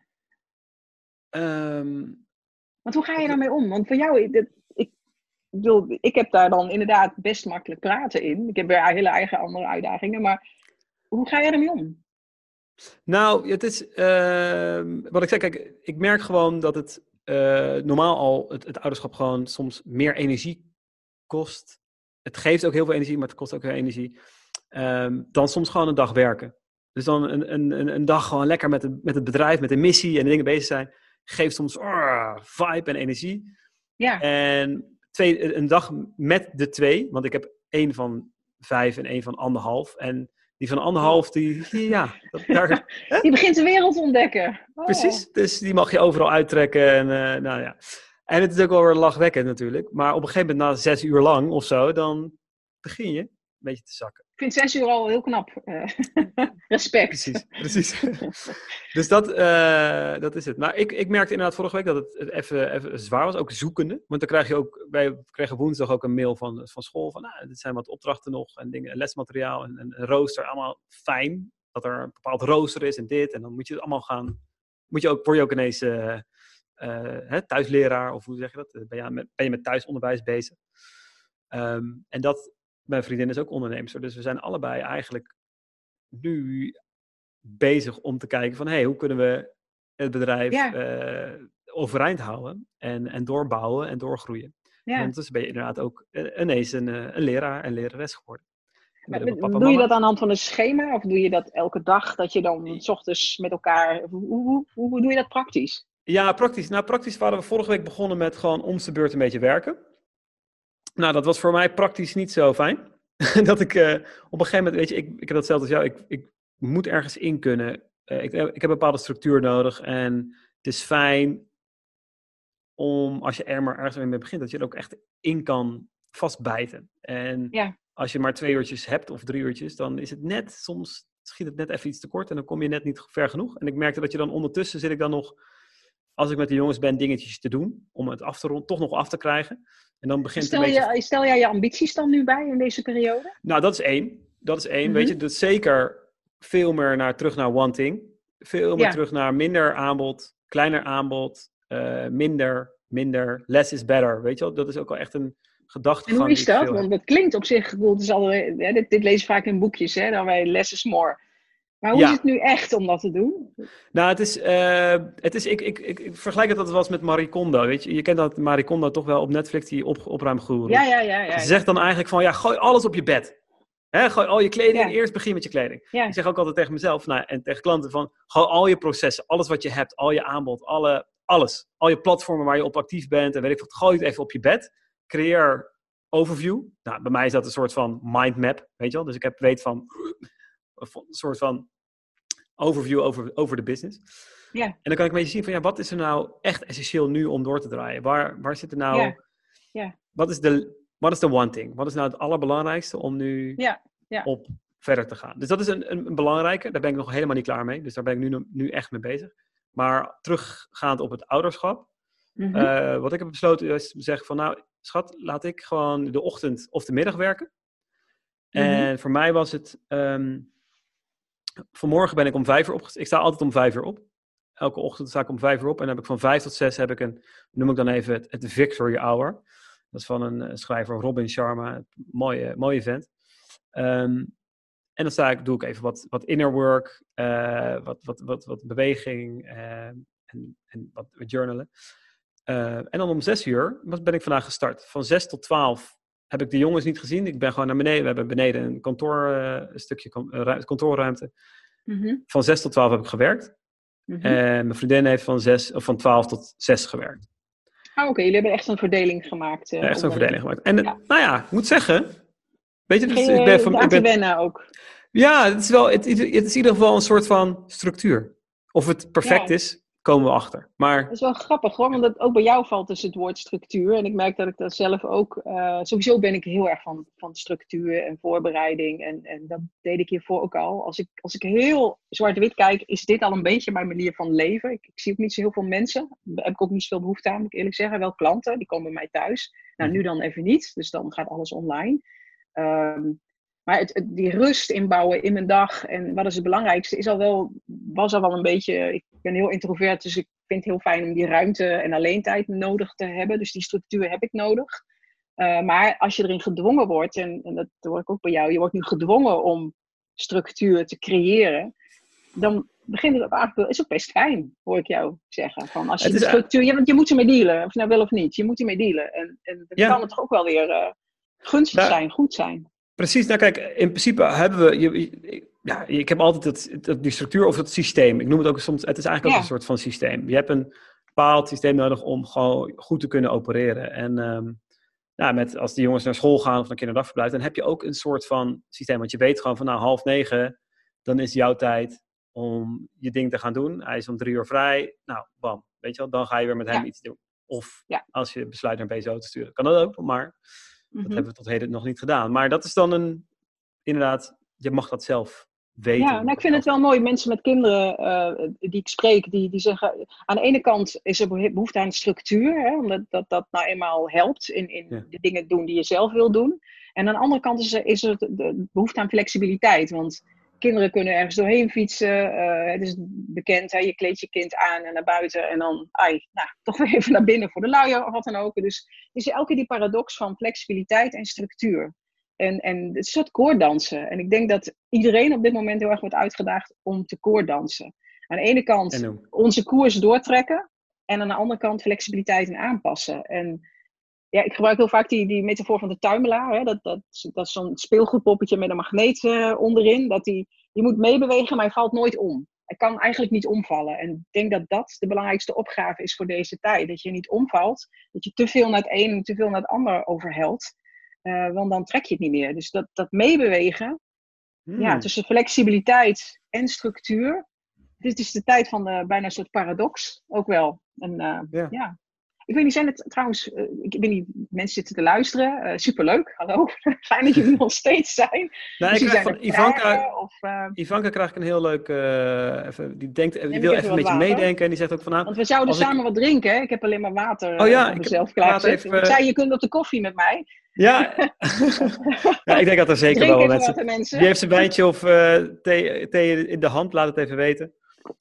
Um, Want hoe ga je daarmee om? Want voor jou... Dit, ik, bedoel, ik heb daar dan inderdaad best makkelijk praten in. Ik heb weer hele eigen andere uitdagingen. Maar hoe ga je ermee om? Nou, het is... Uh, wat ik zeg, kijk, ik merk gewoon dat het... Uh, normaal al het, het ouderschap gewoon soms meer energie kost. Het geeft ook heel veel energie, maar het kost ook heel veel energie. Um, dan soms gewoon een dag werken. Dus dan een, een, een dag gewoon lekker met, de, met het bedrijf, met de missie en de dingen bezig zijn. Geeft soms uh, vibe en energie. Ja. En twee, een dag met de twee, want ik heb één van vijf en één van anderhalf. En die van anderhalf, die, ja... Dat, daar, die begint de wereld te ontdekken. Oh. Precies, dus die mag je overal uittrekken. En, uh, nou ja. en het is ook wel weer lachwekkend natuurlijk. Maar op een gegeven moment, na zes uur lang of zo, dan begin je een beetje te zakken. Ik vind zes uur al heel knap. Uh, respect. Precies, precies. dus dat, uh, dat is het. Maar ik, ik merkte inderdaad vorige week dat het, het even, even zwaar was, ook zoekende. Want dan krijg je ook, wij kregen woensdag ook een mail van, van school van, nou, dit zijn wat opdrachten nog en dingen, lesmateriaal en, en een rooster, allemaal fijn. Dat er een bepaald rooster is en dit. En dan moet je het allemaal gaan, moet je ook, word je ook ineens uh, uh, hè, thuisleraar, of hoe zeg je dat? Ben je met, ben je met thuisonderwijs bezig? Um, en dat, mijn vriendin is ook onderneemster, dus we zijn allebei eigenlijk nu bezig om te kijken van, hé, hey, hoe kunnen we het bedrijf ja. uh, overeind houden en, en doorbouwen en doorgroeien. Ja. En ondertussen ben je inderdaad ook uh, ineens een, uh, een leraar en lerares geworden. Maar, doe je dat aan de hand van een schema of doe je dat elke dag, dat je dan 's ochtends met elkaar, hoe, hoe, hoe, hoe doe je dat praktisch? Ja, praktisch. Nou, praktisch waren we vorige week begonnen met gewoon om de beurt een beetje werken. Nou, dat was voor mij praktisch niet zo fijn. dat ik uh, op een gegeven moment, weet je, ik, ik heb dat zelf als jou, ik, ik moet ergens in kunnen. Uh, ik, ik heb een bepaalde structuur nodig en het is fijn om, als je er maar ergens mee begint, dat je er ook echt in kan vastbijten. En ja. als je maar twee uurtjes hebt of drie uurtjes, dan is het net, soms schiet het net even iets te kort en dan kom je net niet ver genoeg. En ik merkte dat je dan ondertussen zit ik dan nog, als ik met de jongens ben, dingetjes te doen, om het af te ronden, toch nog af te krijgen. En dan begint stel, een beetje... je, stel jij je ambities dan nu bij in deze periode? Nou, dat is één. Dat is één, mm-hmm. Weet je. Dus zeker veel meer naar, terug naar one thing. Veel meer ja. terug naar minder aanbod, kleiner aanbod, uh, minder, minder, less is better. Weet je wel, dat is ook wel echt een gedachte. En hoe is dat? Want dat klinkt op zich, het is al, hè, dit, dit lees je vaak in boekjes, hè, dan wij less is more. Maar hoe ja. is het nu echt om dat te doen? Nou, het is, uh, het is ik, ik, ik, ik vergelijk het dat wel eens met Marie Kondo, weet je. Je kent dat Marie Kondo toch wel op Netflix, die op, opruimgoeroe. Ja, ja, ja, ja. Ze zegt dan eigenlijk van, ja, gooi alles op je bed. Hè, gooi al je kleding ja. en eerst begin met je kleding. Ja. Ik zeg ook altijd tegen mezelf nou, en tegen klanten van, gooi al je processen, alles wat je hebt, al je aanbod, alle, alles. Al je platformen waar je op actief bent en weet ik wat, gooi het even op je bed. Creëer overview. Nou, bij mij is dat een soort van mindmap, weet je wel. Dus ik heb, weet van, een soort van overview over, over de business. Ja. En dan kan ik een beetje zien van, ja, wat is er nou echt essentieel nu om door te draaien? Waar, waar zit er nou, ja. Ja. Wat is de, wat is de one thing? Wat is nou het allerbelangrijkste om nu ja. Ja. op verder te gaan? Dus dat is een, een, een belangrijke, daar ben ik nog helemaal niet klaar mee. Dus daar ben ik nu, nu echt mee bezig. Maar teruggaand op het ouderschap. Mm-hmm. Uh, wat ik heb besloten is te zeggen van, nou, schat, laat ik gewoon de ochtend of de middag werken. Mm-hmm. En voor mij was het, um, vanmorgen ben ik om vijf uur opgestaan. Ik sta altijd om vijf uur op. Elke ochtend sta ik om vijf uur op. En dan heb ik van vijf tot zes heb ik een, noem ik dan even het, het Victory Hour. Dat is van een, een schrijver, Robin Sharma. Mooie, mooie vent. Um, en dan sta ik, doe ik even wat, wat inner work, uh, wat, wat, wat, wat beweging uh, en, en wat, wat journalen. Uh, en dan om zes uur ben ik vandaag gestart. Van zes tot twaalf heb ik de jongens niet gezien. Ik ben gewoon naar beneden. We hebben beneden een kantoor, uh, een stukje kan, uh, kantoorruimte. Mm-hmm. Van zes tot twaalf heb ik gewerkt. Mm-hmm. En mijn vriendin heeft van, zes, of van twaalf tot zes gewerkt. Ah, oké. Okay. Jullie hebben echt een verdeling gemaakt. Uh, ja, echt zo'n verdeling gemaakt. En ja. nou ja, ik moet zeggen... Weet je, dus, Geen, ik ben van, aan ik ben, te wennen ook. Ja, het is, wel, het, het is in ieder geval een soort van structuur. Of het perfect ja. is, komen we achter. Maar... Dat is wel grappig hoor, want dat ook bij jou valt dus het woord structuur. En ik merk dat ik dat zelf ook... Uh, sowieso ben ik heel erg van, van structuur en voorbereiding. En, en dat deed ik hiervoor ook al. Als ik, als ik heel zwart-wit kijk, is dit al een beetje mijn manier van leven. Ik, ik zie ook niet zo heel veel mensen. Daar heb ik ook niet zoveel behoefte aan, moet ik eerlijk zeggen. Wel klanten, die komen bij mij thuis. Nou, nu dan even niet. Dus dan gaat alles online. Um, Maar het, het, die rust inbouwen in mijn dag en wat is het belangrijkste, is al wel, was al wel een beetje... Ik ben heel introvert, dus ik vind het heel fijn om die ruimte en alleentijd nodig te hebben. Dus die structuur heb ik nodig. Uh, maar als je erin gedwongen wordt, en, en dat hoor ik ook bij jou, je wordt nu gedwongen om structuur te creëren, dan begint het op eigenlijk, is ook best fijn, hoor ik jou zeggen. Van als je de structuur, je, je moet ermee dealen, of je nou wil of niet, je moet ermee dealen. En, en dan ja. kan het toch ook wel weer uh, gunstig nou, zijn, goed zijn. Precies, nou kijk, in principe hebben we, je, je, ja, ik heb altijd het, het, die structuur of het systeem. Ik noem het ook soms, het is eigenlijk ook ja. een soort van systeem. Je hebt een bepaald systeem nodig om gewoon goed te kunnen opereren. En um, nou, met, als de jongens naar school gaan of naar kinderdagverblijf, dan heb je ook een soort van systeem. Want je weet gewoon van nou half negen, dan is jouw tijd om je ding te gaan doen. Hij is om drie uur vrij. Nou, bam, weet je wel, dan ga je weer met hem ja. iets doen. Of ja. als je besluit naar B S O te sturen, kan dat ook, maar... Dat mm-hmm. hebben we tot heden nog niet gedaan. Maar dat is dan een... Inderdaad, je mag dat zelf weten. Ja, nou, ik vind het wel mooi. Mensen met kinderen uh, die ik spreek, die, die zeggen... Aan de ene kant is er behoefte aan structuur. Hè, omdat dat, dat nou eenmaal helpt in, in ja. de dingen doen die je zelf wil doen. En aan de andere kant is er, is er de behoefte aan flexibiliteit. Want kinderen kunnen ergens doorheen fietsen. Uh, het is bekend, hè, je kleedt je kind aan en naar buiten. En dan, ai, nou, toch weer even naar binnen voor de luier of wat dan ook. Dus het is elke keer die paradox van flexibiliteit en structuur. En, en het is een soort koorddansen. En ik denk dat iedereen op dit moment heel erg wordt uitgedaagd om te koorddansen. Aan de ene kant onze koers doortrekken. En aan de andere kant flexibiliteit en aanpassen. En ja, ik gebruik heel vaak die, die metafoor van de tuimelaar. Hè? Dat, dat, dat is zo'n speelgoedpoppetje met een magneet uh, onderin. Dat die, die moet meebewegen, maar hij valt nooit om. Hij kan eigenlijk niet omvallen. En ik denk dat dat de belangrijkste opgave is voor deze tijd. Dat je niet omvalt. Dat je te veel naar het een en te veel naar het ander overhelt. Uh, want dan trek je het niet meer. Dus dat, dat meebewegen, hmm. ja, tussen flexibiliteit en structuur. Dit is de tijd van de, bijna een soort paradox. Ook wel. En, uh, ja. ja. Ik weet niet, zijn het trouwens, uh, ik weet niet, mensen zitten te luisteren. Uh, superleuk, hallo. Fijn dat jullie nog steeds zijn. Nou, dus ik krijg van Ivanka, of, uh, Ivanka krijg ik een heel leuk, uh, even, die, denkt, die wil even een beetje water. meedenken. En die zegt ook van, nou, want we zouden samen ik... wat drinken. Hè? Ik heb alleen maar water oh, ja, uh, mezelf klaargezet. Uh... Ik zei, je kunt op de koffie met mij. Ja. Ja, ik denk dat er zeker Drink wel mensen, mensen. Die heeft zijn wijntje of uh, thee, thee in de hand, laat het even weten.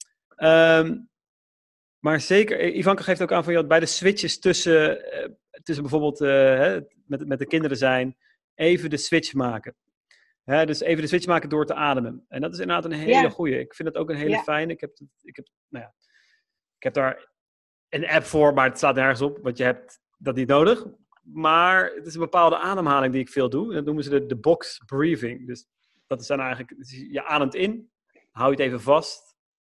Um, maar zeker, Ivanka geeft ook aan van, joh, bij de switches tussen, uh, tussen bijvoorbeeld uh, hè, met, met de kinderen zijn, even de switch maken. Hè, dus even de switch maken door te ademen. En dat is inderdaad een hele ja. goeie. Ik vind het ook een hele ja. fijne. Ik heb, ik, heb, nou ja, ik heb daar een app voor, maar het staat nergens op, want je hebt dat niet nodig. Maar het is een bepaalde ademhaling die ik veel doe. Dat noemen ze de, de box breathing. Dus dat is dan eigenlijk, je ademt in, hou je het even vast.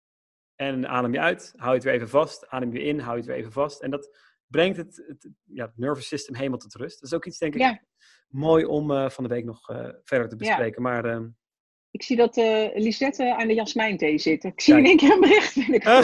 En adem je uit, hou je het weer even vast. Adem je in, hou je het weer even vast. En dat brengt het, het, ja, het nervous system helemaal tot rust. Dat is ook iets, denk ik, ja. mooi om uh, van de week nog uh, verder te bespreken. Ja. Maar, uh, ik zie dat uh, Lisette aan de jasmijnthee zit. Ik zie in één keer een bericht.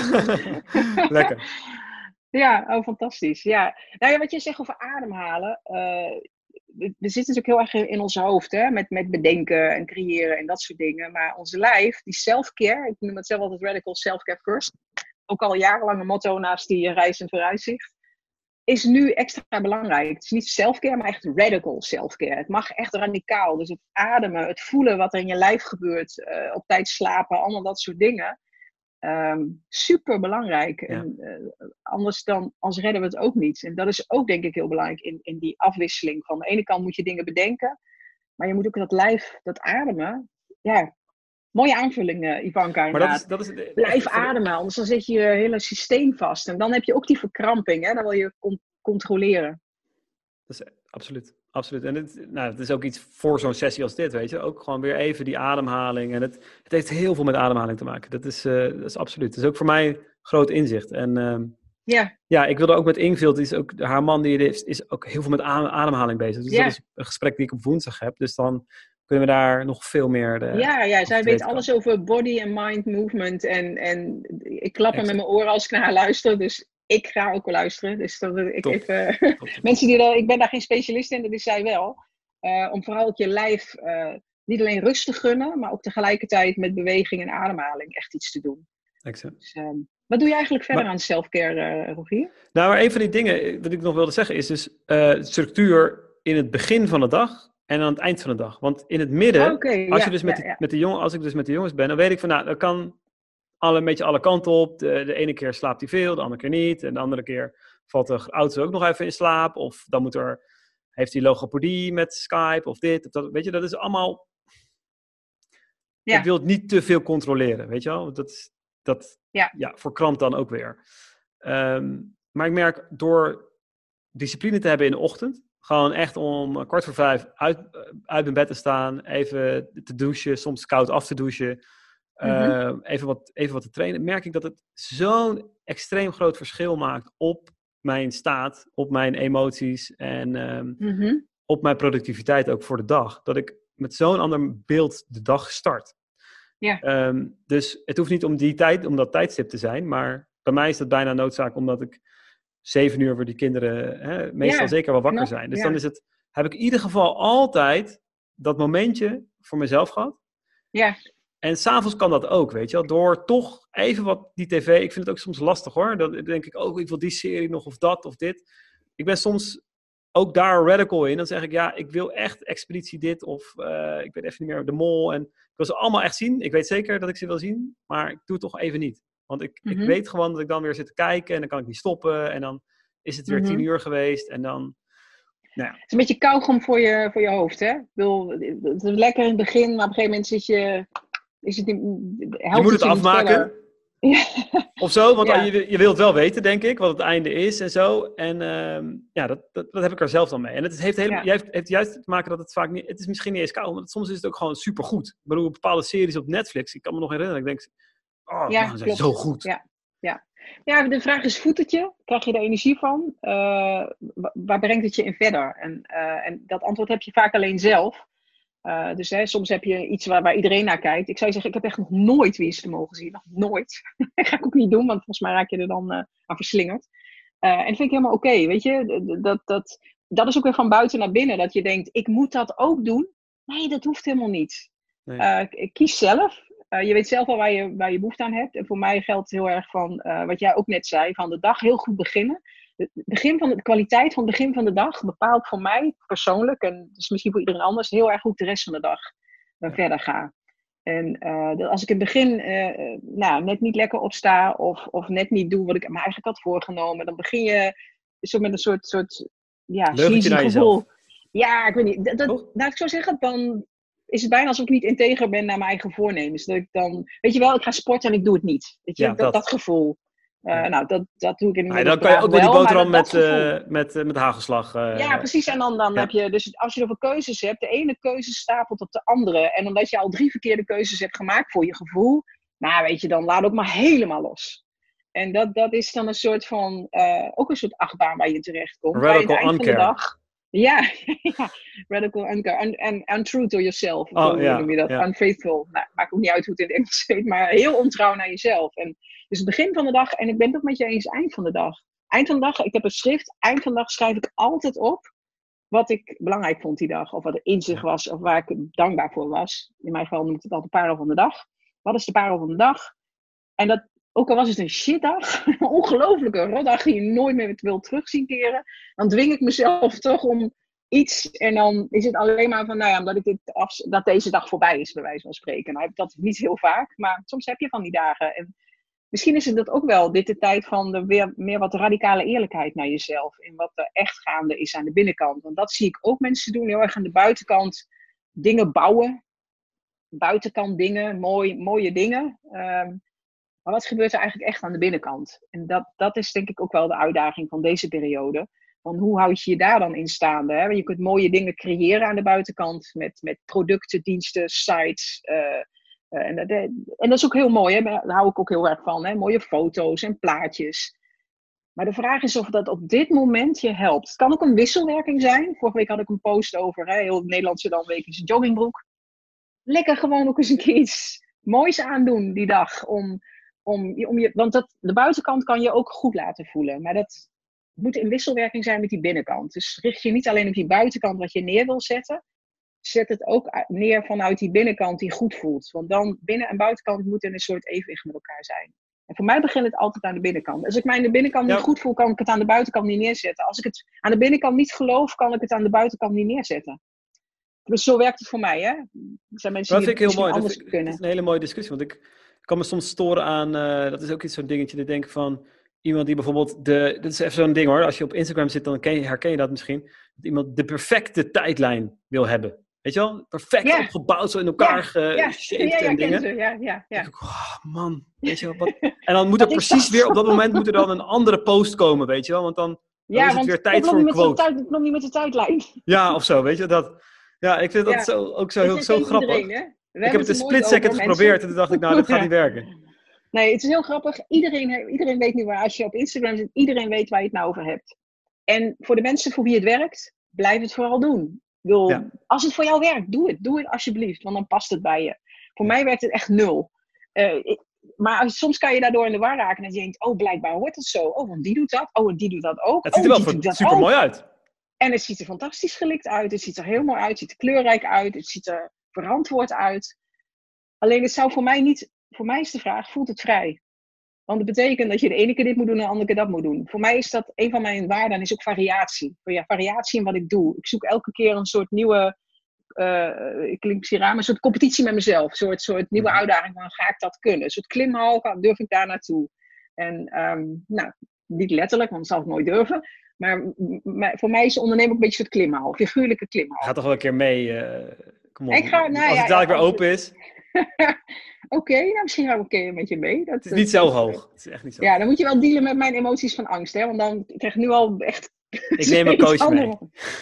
Lekker. Ja, oh, fantastisch. Ja. Nou ja, wat je zegt over ademhalen. Uh, we, we zitten natuurlijk heel erg in ons hoofd, hè, met, met bedenken en creëren en dat soort dingen. Maar ons lijf, die self-care, ik noem het zelf altijd radical self-care first. Ook al jarenlang een motto naast die reis en vooruitzicht. Is nu extra belangrijk. Het is niet self-care, maar echt radical self-care. Het mag echt radicaal. Dus het ademen, het voelen wat er in je lijf gebeurt. Uh, op tijd slapen, allemaal dat soort dingen. Um, super belangrijk. Ja. En, uh, anders dan, als redden we het ook niet. En dat is ook denk ik heel belangrijk in, in die afwisseling. Van de ene kant moet je dingen bedenken. Maar je moet ook dat lijf, dat ademen. Ja, mooie aanvulling, uh, Ivanka. Maar dat is, dat is de, Blijf de, ademen, anders dan zet je je hele systeem vast. En dan heb je ook die verkramping. Hè? Dan wil je con- controleren. Dat is absoluut. absoluut. En het, nou, het is ook iets voor zo'n sessie als dit, weet je. Ook gewoon weer even die ademhaling. En het, het heeft heel veel met ademhaling te maken. Dat is, uh, dat is absoluut. Dat is ook voor mij groot inzicht. En uh, ja. ja, ik wilde ook met Ingvild, die is ook, haar man die is, is ook heel veel met ademhaling bezig. Dus ja. Dat is een gesprek die ik op woensdag heb. Dus dan kunnen we daar nog veel meer... De, ja, ja, zij weet alles kan. over body en mind movement. En, en ik klap hem met mijn oren als ik naar haar luister. Dus ik ga ook wel luisteren. Dus dat ik Top. even... Top, top. Mensen die er, ik ben daar geen specialist in, dat is zij wel. Uh, om vooral ook je lijf uh, niet alleen rust te gunnen, maar ook tegelijkertijd met beweging en ademhaling echt iets te doen. Exact. Dus, um, wat doe je eigenlijk verder maar, aan self-care, uh, Rogier? Nou, maar een van die dingen wat ik nog wilde zeggen is dus uh, structuur in het begin van de dag en aan het eind van de dag. Want in het midden, okay, als, ja, je dus met ja, de, ja. met de jongen, als ik dus met de jongens ben, dan weet ik van, nou, dat kan alle, een beetje alle kanten op. De, de ene keer slaapt hij veel, de andere keer niet. En de andere keer valt de oudste ook nog even in slaap. Of dan moet er, heeft hij logopedie met Skype of dit of dat. Weet je, dat is allemaal... Ja. Ik wil het niet te veel controleren, weet je wel. Dat is... Dat ja. Ja, verkrampt dan ook weer. Um, maar ik merk door discipline te hebben in de ochtend, gewoon echt om kwart voor vijf uit, uit mijn bed te staan, even te douchen, soms koud af te douchen, mm-hmm. uh, even, wat, even wat te trainen, merk ik dat het zo'n extreem groot verschil maakt op mijn staat, op mijn emoties en um, mm-hmm. op mijn productiviteit ook voor de dag. Dat ik met zo'n ander beeld de dag start. Ja. Um, dus het hoeft niet om, die tijd, om dat tijdstip te zijn, maar bij mij is dat bijna noodzaak omdat ik zeven uur voor die kinderen hè, meestal ja, zeker wel wakker zijn. Dus ja. dan is het, heb ik in ieder geval altijd dat momentje voor mezelf gehad. Ja. En s'avonds kan dat ook, weet je wel, door toch even wat die tv, ik vind het ook soms lastig hoor, dan denk ik ook, oh, ik wil die serie nog of dat of dit. Ik ben soms ook daar radical in. Dan zeg ik, ja, ik wil echt Expeditie dit of uh, ik weet even niet meer, De Mol. En ik wil ze allemaal echt zien. Ik weet zeker dat ik ze wil zien, maar ik doe het toch even niet. Want ik, mm-hmm. ik weet gewoon dat ik dan weer zit te kijken en dan kan ik niet stoppen. En dan is het weer mm-hmm. tien uur geweest en dan... Nou ja. Het is een beetje kauwgom voor je, voor je hoofd, hè? Ik bedoel, het is lekker in het begin, maar op een gegeven moment zit je... Is het niet, je moet het, het afmaken. Ja. Of zo, want ja. je, je wilt wel weten, denk ik, wat het einde is en zo. En um, ja, dat, dat, dat heb ik er zelf dan mee. En het heeft, helemaal, ja. heeft, heeft juist te maken dat het vaak niet... Het is misschien niet eens koud, maar soms is het ook gewoon supergoed. Ik bedoel, bepaalde series op Netflix, ik kan me nog herinneren. Ik denk, oh, ja, man, ze zijn zo goed. Ja. Ja. ja, de vraag is, voedt het je? Krijg je er energie van? Uh, waar brengt het je in verder? En, uh, en dat antwoord heb je vaak alleen zelf. Uh, dus hè, soms heb je iets waar, waar iedereen naar kijkt. Ik zou zeggen, ik heb echt nog nooit Wie is de Mol gezien. Nog nooit. Dat ga ik ook niet doen, want volgens mij raak je er dan uh, aan verslingerd. Uh, en dat vind ik helemaal oké, okay, weet je. Dat, dat, dat is ook weer van buiten naar binnen. Dat je denkt, ik moet dat ook doen. Nee, dat hoeft helemaal niet. Nee. Uh, kies zelf. Uh, je weet zelf al waar je, waar je behoefte aan hebt. En voor mij geldt heel erg van, uh, wat jij ook net zei, van de dag heel goed beginnen. De, begin van de, de kwaliteit van het begin van de dag bepaalt voor mij persoonlijk, en dus misschien voor iedereen anders, heel erg hoe ik de rest van de dag uh, ja. verder ga. En uh, de, als ik in het begin uh, nou, net niet lekker opsta of, of net niet doe wat ik me eigenlijk had voorgenomen, dan begin je zo met een soort, soort ja, sleazy gevoel. Jezelf. Ja, ik weet niet. Dat, dat, laat ik zo zeggen, dan is het bijna alsof ik niet integer ben naar mijn eigen voornemens. Dat ik dan, weet je wel, ik ga sporten en ik doe het niet. Weet je, ja, dat, dat. dat gevoel. Uh, ja. Nou, dat, dat doe ik in de Dan kan je ook wel die boterham met, uh, met, uh, met hagelslag. Uh, ja, precies. En dan, dan ja. heb je, dus als je over keuzes hebt, de ene keuze stapelt op de andere. En omdat je al drie verkeerde keuzes hebt gemaakt voor je gevoel, nou weet je, dan laat ook maar helemaal los. En dat, dat is dan een soort van, uh, ook een soort achtbaan waar je terecht komt. Radical uncare. Ja, ja, radical uncare. Un, un, untrue to yourself. Oh, hoe ja, noem je dat? Ja. Unfaithful. Nou, maakt ook niet uit hoe het in het Engels heet, maar heel ontrouw naar jezelf. En dus het begin van de dag, en ik ben het ook met je eens, eind van de dag. Eind van de dag, ik heb een schrift, eind van de dag schrijf ik altijd op wat ik belangrijk vond die dag. Of wat er in zich was, of waar ik dankbaar voor was. In mijn geval noem ik het altijd de parel van de dag. Wat is de parel van de dag? En dat, ook al was het een shitdag, een ongelofelijke rotdag die je nooit meer wil terugzien keren, dan dwing ik mezelf toch om iets, en dan is het alleen maar van, nou ja, omdat ik dit af, dat deze dag voorbij is, bij wijze van spreken. Nou heb ik dat niet heel vaak, maar soms heb je van die dagen. En misschien is het dat ook wel, dit de tijd van de weer meer wat radicale eerlijkheid naar jezelf. En wat er echt gaande is aan de binnenkant. Want dat zie ik ook mensen doen, heel erg aan de buitenkant dingen bouwen. Buitenkant dingen, mooi, mooie dingen. Um, maar wat gebeurt er eigenlijk echt aan de binnenkant? En dat, dat is denk ik ook wel de uitdaging van deze periode. Van hoe houd je je daar dan in staande? Hè? Want je kunt mooie dingen creëren aan de buitenkant met, met producten, diensten, sites. Uh, uh, en, dat, en dat is ook heel mooi, hè? Daar hou ik ook heel erg van. Hè? Mooie foto's en plaatjes. Maar de vraag is of dat op dit moment je helpt. Het kan ook een wisselwerking zijn. Vorige week had ik een post over, hè? Heel Nederlandse dan week is een joggingbroek. Lekker gewoon ook eens een keer iets moois aandoen die dag. Om, om, om je, want dat, de buitenkant kan je ook goed laten voelen. Maar dat moet in wisselwerking zijn met die binnenkant. Dus richt je niet alleen op die buitenkant wat je neer wil zetten. Zet het ook neer vanuit die binnenkant die goed voelt. Want dan binnen- en buitenkant moeten een soort evenwicht met elkaar zijn. En voor mij begint het altijd aan de binnenkant. Als ik mij aan de binnenkant Ja. niet goed voel, kan ik het aan de buitenkant niet neerzetten. Als ik het aan de binnenkant niet geloof, kan ik het aan de buitenkant niet neerzetten. Dus zo werkt het voor mij, hè? Er zijn mensen Dat die vind ik heel mooi. anders Dat, kunnen. dat is een hele mooie discussie. Want ik kan me soms storen aan... Uh, dat is ook iets zo'n dingetje. Dat denk ik van... Iemand die bijvoorbeeld... de Dit is even zo'n ding hoor. Als je op Instagram zit, dan ken je, herken je dat misschien. Dat iemand de perfecte tijdlijn wil hebben. Weet je wel? Perfect Ja. opgebouwd, zo in elkaar Ja, ja. geshaped Ja, ja, en ken dingen. ze. Ja, ja, ja. Dan denk ik, oh, man. Weet je wel? Wat... En dan moet er Wat is precies dat? weer... Op dat moment moet er dan een andere post komen, weet je wel? Want dan, dan Ja, is het want weer dat tijd voor klopt een niet met de quote. tijd- dat klopt niet met de tijdlijn. Ja, of zo, weet je dat? Ja, ik vind dat Ja. zo, ook zo, Dit heel, zo herkent grappig. iedereen, hè? We Ik heb het een split second geprobeerd en toen dacht ik, nou, dat gaat niet werken. Nee, het is heel grappig. Iedereen, iedereen weet nu waar, als je op Instagram zit, iedereen weet waar je het nou over hebt. En voor de mensen voor wie het werkt, blijf het vooral doen. Ik bedoel, Ja. Als het voor jou werkt, doe het. Doe het alsjeblieft, want dan past het bij je. Voor mij werkt het echt nul. Uh, ik, maar als, soms kan je daardoor in de war raken en je denkt, oh, blijkbaar hoort het zo. Oh, want die doet dat. Oh, en die doet dat ook. Het ziet oh, er wel super mooi uit. En het ziet er fantastisch gelikt uit. Het ziet er heel mooi uit. Het ziet er kleurrijk uit. Het ziet er verantwoord uit. Alleen het zou voor mij niet... Voor mij is de vraag, voelt het vrij? Want het betekent dat je de ene keer dit moet doen en de andere keer dat moet doen. Voor mij is dat een van mijn waarden is ook variatie. Ja, variatie in wat ik doe. Ik zoek elke keer een soort nieuwe... Uh, ik klink misschien raar, maar een soort competitie met mezelf. Een soort, soort nieuwe uitdaging van, ga ik dat kunnen? Een soort klimhal, durf ik daar naartoe? En um, nou, niet letterlijk, want dat zal ik nooit durven. Maar, maar voor mij is ondernemen ook een beetje een soort klimhal. Figuurlijke klimhal. Ga toch wel een keer mee. Uh, kom op. Ik ga, nou, als ja, het dadelijk ja, weer open is. Oké, okay, nou misschien ga ik een keer met je mee. Dat, het is niet zo dat, hoog. Het is echt niet zo ja, dan moet je wel dealen met mijn emoties van angst. Hè? Want dan ik krijg ik nu al echt... Ik neem een coach mee.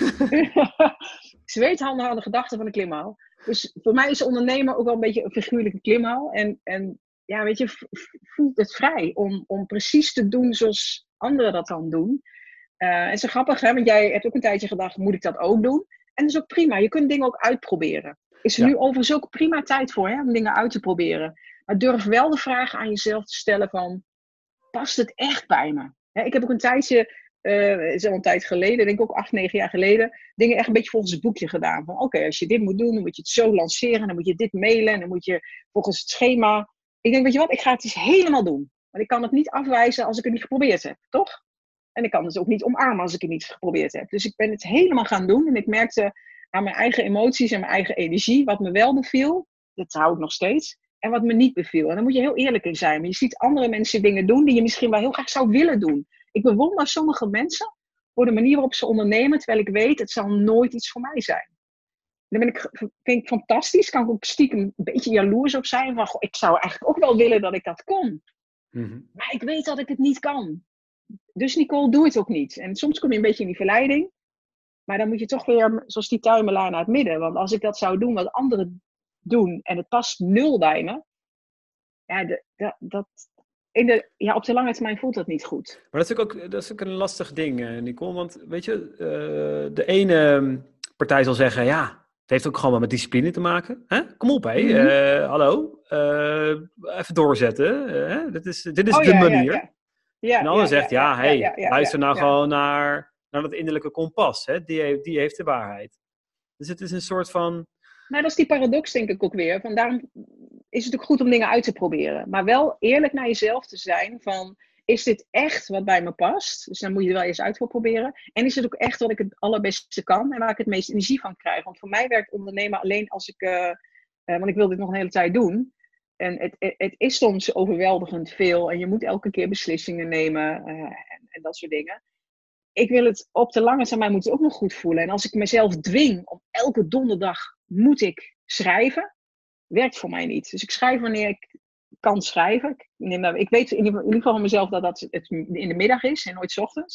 Zweethandige gedachten van een klimhal. Dus voor mij is ondernemen ook wel een beetje een figuurlijke klimhal. En, en ja, weet je, voelt het vrij om, om precies te doen zoals anderen dat dan doen. Uh, en het is grappig, hè? Want jij hebt ook een tijdje gedacht, moet ik dat ook doen? En dat is ook prima. Je kunt dingen ook uitproberen. Is er ja. nu overigens ook prima tijd voor, hè, om dingen uit te proberen. Maar durf wel de vraag aan jezelf te stellen van, past het echt bij me? Hè, ik heb ook een tijdje, uh, is al een tijd geleden, denk ik ook acht, negen jaar geleden, dingen echt een beetje volgens het boekje gedaan. Van oké, okay, als je dit moet doen, dan moet je het zo lanceren, dan moet je dit mailen, en dan moet je volgens het schema. Ik denk, weet je wat, ik ga het eens helemaal doen. Want ik kan het niet afwijzen als ik het niet geprobeerd heb, toch? En ik kan het ook niet omarmen als ik het niet geprobeerd heb. Dus ik ben het helemaal gaan doen. En ik merkte aan mijn eigen emoties en mijn eigen energie. Wat me wel beviel, dat hou ik nog steeds. En wat me niet beviel. En daar moet je heel eerlijk in zijn. Maar je ziet andere mensen dingen doen die je misschien wel heel graag zou willen doen. Ik bewonder sommige mensen voor de manier waarop ze ondernemen. Terwijl ik weet, het zal nooit iets voor mij zijn. Dan ben ik, vind ik fantastisch. Kan ik ook stiekem een beetje jaloers op zijn. Van, goh, ik zou eigenlijk ook wel willen dat ik dat kon. Mm-hmm. Maar ik weet dat ik het niet kan. Dus Nicole, doe het ook niet. En soms kom je een beetje in die verleiding. Maar dan moet je toch weer, zoals die tuimelaar, naar het midden. Want als ik dat zou doen wat anderen doen en het past nul bij me. Ja, de, de, dat, in de, ja op de lange termijn voelt dat niet goed. Maar dat is ook, dat is ook een lastig ding, Nicole. Want weet je, uh, de ene partij zal zeggen, ja, het heeft ook gewoon wel met discipline te maken. Hè? Kom op, hé. Mm-hmm. Uh, hallo. Uh, even doorzetten. Uh, dit is, dit is oh, de ja, manier. Ja, ja. Ja, en de ander ja, zegt, ja, ja, ja hey, ja, ja, luister ja, nou ja. gewoon naar, naar dat innerlijke kompas. Hè? Die, heeft, die heeft de waarheid. Dus het is een soort van... Nou, dat is die paradox denk ik ook weer. Van daarom is het ook goed om dingen uit te proberen. Maar wel eerlijk naar jezelf te zijn van... Is dit echt wat bij me past? Dus dan moet je er wel eens uit voor proberen. En is het ook echt wat ik het allerbeste kan? En waar ik het meeste energie van krijg? Want voor mij werkt ondernemen alleen als ik... Uh, uh, want ik wil dit nog een hele tijd doen... En het, het, het is soms overweldigend veel. En je moet elke keer beslissingen nemen. Uh, en, en dat soort dingen. Ik wil het op de lange termijn moet het ook nog goed voelen. En als ik mezelf dwing om elke donderdag moet ik schrijven. Werkt voor mij niet. Dus ik schrijf wanneer ik kan schrijven. Ik, neem, ik weet in ieder geval van mezelf dat dat het in de middag is. En nooit 's ochtends.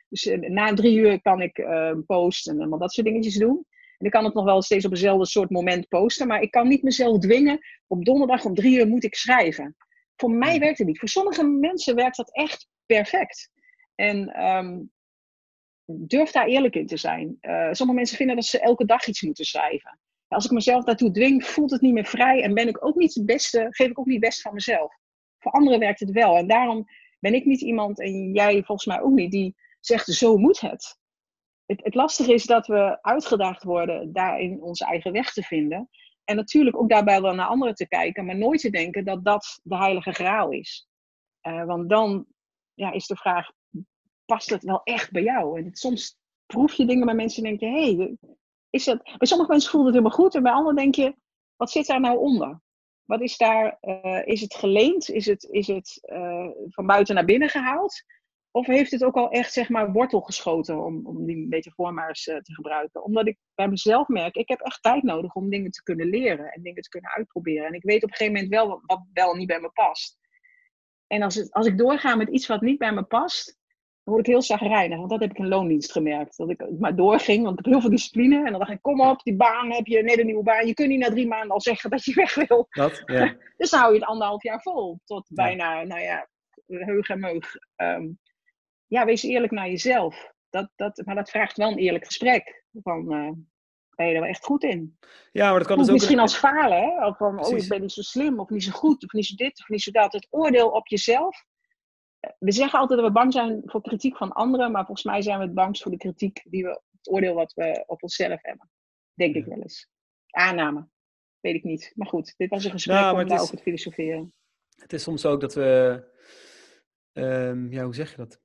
Dus uh, na drie uur kan ik uh, posten en allemaal dat soort dingetjes doen. En ik kan het nog wel steeds op eenzelfde soort moment posten. Maar ik kan niet mezelf dwingen. Op donderdag om drie uur moet ik schrijven. Voor mij werkt het niet. Voor sommige mensen werkt dat echt perfect. En um, durf daar eerlijk in te zijn. Uh, sommige mensen vinden dat ze elke dag iets moeten schrijven. Als ik mezelf daartoe dwing, voelt het niet meer vrij. En ben ik ook niet het beste, geef ik ook niet het best van mezelf. Voor anderen werkt het wel. En daarom ben ik niet iemand, en jij volgens mij ook niet, die zegt zo moet het. Het, het lastige is dat we uitgedaagd worden daarin onze eigen weg te vinden. En natuurlijk ook daarbij wel naar anderen te kijken. Maar nooit te denken dat dat de heilige graal is. Uh, want dan ja, is de vraag, past het wel echt bij jou? En het, soms proef je dingen bij mensen en denk je, hé, hey, is dat... Bij sommige mensen voelt het helemaal goed. En bij anderen denk je, wat zit daar nou onder? Wat is daar, uh, is het geleend? Is het, is het uh, van buiten naar binnen gehaald? Of heeft het ook al echt, zeg maar, wortel geschoten, om, om die metafoor maar eens uh, te gebruiken? Omdat ik bij mezelf merk, ik heb echt tijd nodig om dingen te kunnen leren en dingen te kunnen uitproberen. En ik weet op een gegeven moment wel wat, wat wel niet bij me past. En als, het, als ik doorga met iets wat niet bij me past, dan word ik heel chagrijnig. Want dat heb ik in loondienst gemerkt. Dat ik maar doorging, want ik heb heel veel discipline. En dan dacht ik, kom op, die baan heb je, net een nieuwe baan. Je kunt niet na drie maanden al zeggen dat je weg wil. Dat, ja. Dus dan hou je het anderhalf jaar vol. Tot ja. bijna, nou ja, heug en meug. Um, ja, wees eerlijk naar jezelf. Dat, dat, maar dat vraagt wel een eerlijk gesprek. Van, uh, ben je er wel echt goed in? Ja, maar dat kan dus ook... Misschien als falen, hè? Of van, Precies. oh, ik ben niet zo slim, of niet zo goed, of niet zo dit, of niet zo dat. Het oordeel op jezelf. We zeggen altijd dat we bang zijn voor kritiek van anderen, maar volgens mij zijn we het bangst voor de kritiek, die we, het oordeel wat we op onszelf hebben. Denk ja. ik wel eens. Aanname. Weet ik niet. Maar goed, dit was een gesprek nou, om daar over te filosoferen. Het is soms ook dat we... Um, ja, hoe zeg je dat?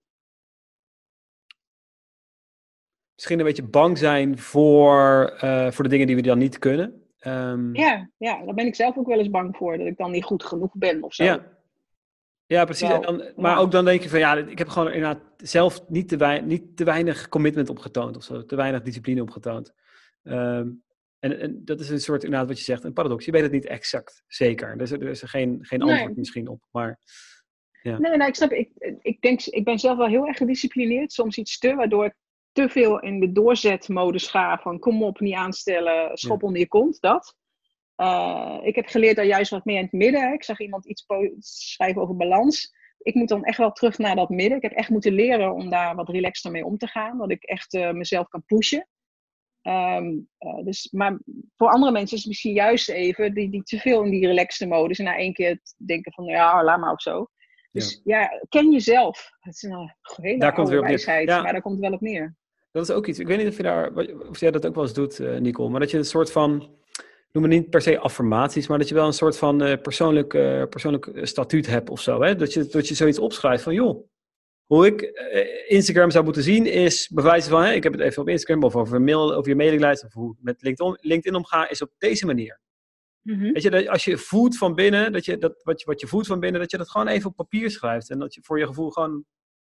Misschien een beetje bang zijn voor, uh, voor de dingen die we dan niet kunnen. Um, ja, ja, daar ben ik zelf ook wel eens bang voor. Dat ik dan niet goed genoeg ben of zo. Ja, ja precies. Wel, en dan, maar ja. ook dan denk je van ja, ik heb gewoon inderdaad zelf niet te, wei- niet te weinig commitment opgetoond of zo. Te weinig discipline opgetoond. Um, en, en dat is een soort, inderdaad wat je zegt, een paradox. Je weet het niet exact zeker. Er is, er is er geen, geen nee. antwoord misschien op. Maar, ja. Nee, nou, ik snap, ik, ik, denk, ik ben zelf wel heel erg gedisciplineerd. Soms iets te, waardoor ik te veel in de doorzetmodus ga. Van kom op, niet aanstellen, schop ja. onder je kont, dat. Uh, ik heb geleerd daar juist wat meer in het midden. Hè. Ik zag iemand iets po- schrijven over balans. Ik moet dan echt wel terug naar dat midden. Ik heb echt moeten leren om daar wat relaxter mee om te gaan. Dat ik echt uh, mezelf kan pushen. Um, uh, dus, maar voor andere mensen is het misschien juist even die, die te veel in die relaxte modus. En na één keer denken van ja, laat maar of zo. Dus ja, ja ken jezelf. Het is een hele daar oude wijsheid, ja. maar daar komt het wel op neer. Dat is ook iets. Ik weet niet of je daar, of jij dat ook wel eens doet, uh, Nicole. Maar dat je een soort van, noem het niet per se affirmaties, maar dat je wel een soort van uh, persoonlijk, uh, persoonlijk statuut hebt of zo. Hè? Dat je, dat je zoiets opschrijft van joh. Hoe ik uh, Instagram zou moeten zien is bewijzen van, hè, ik heb het even op Instagram of over, mail, over je mailinglijst of hoe ik met LinkedIn, LinkedIn omga, is op deze manier. Mm-hmm. Weet je, dat als je voelt van binnen, dat je dat, wat, je, wat je voelt van binnen, dat je dat gewoon even op papier schrijft. En dat je voor je gevoel gewoon,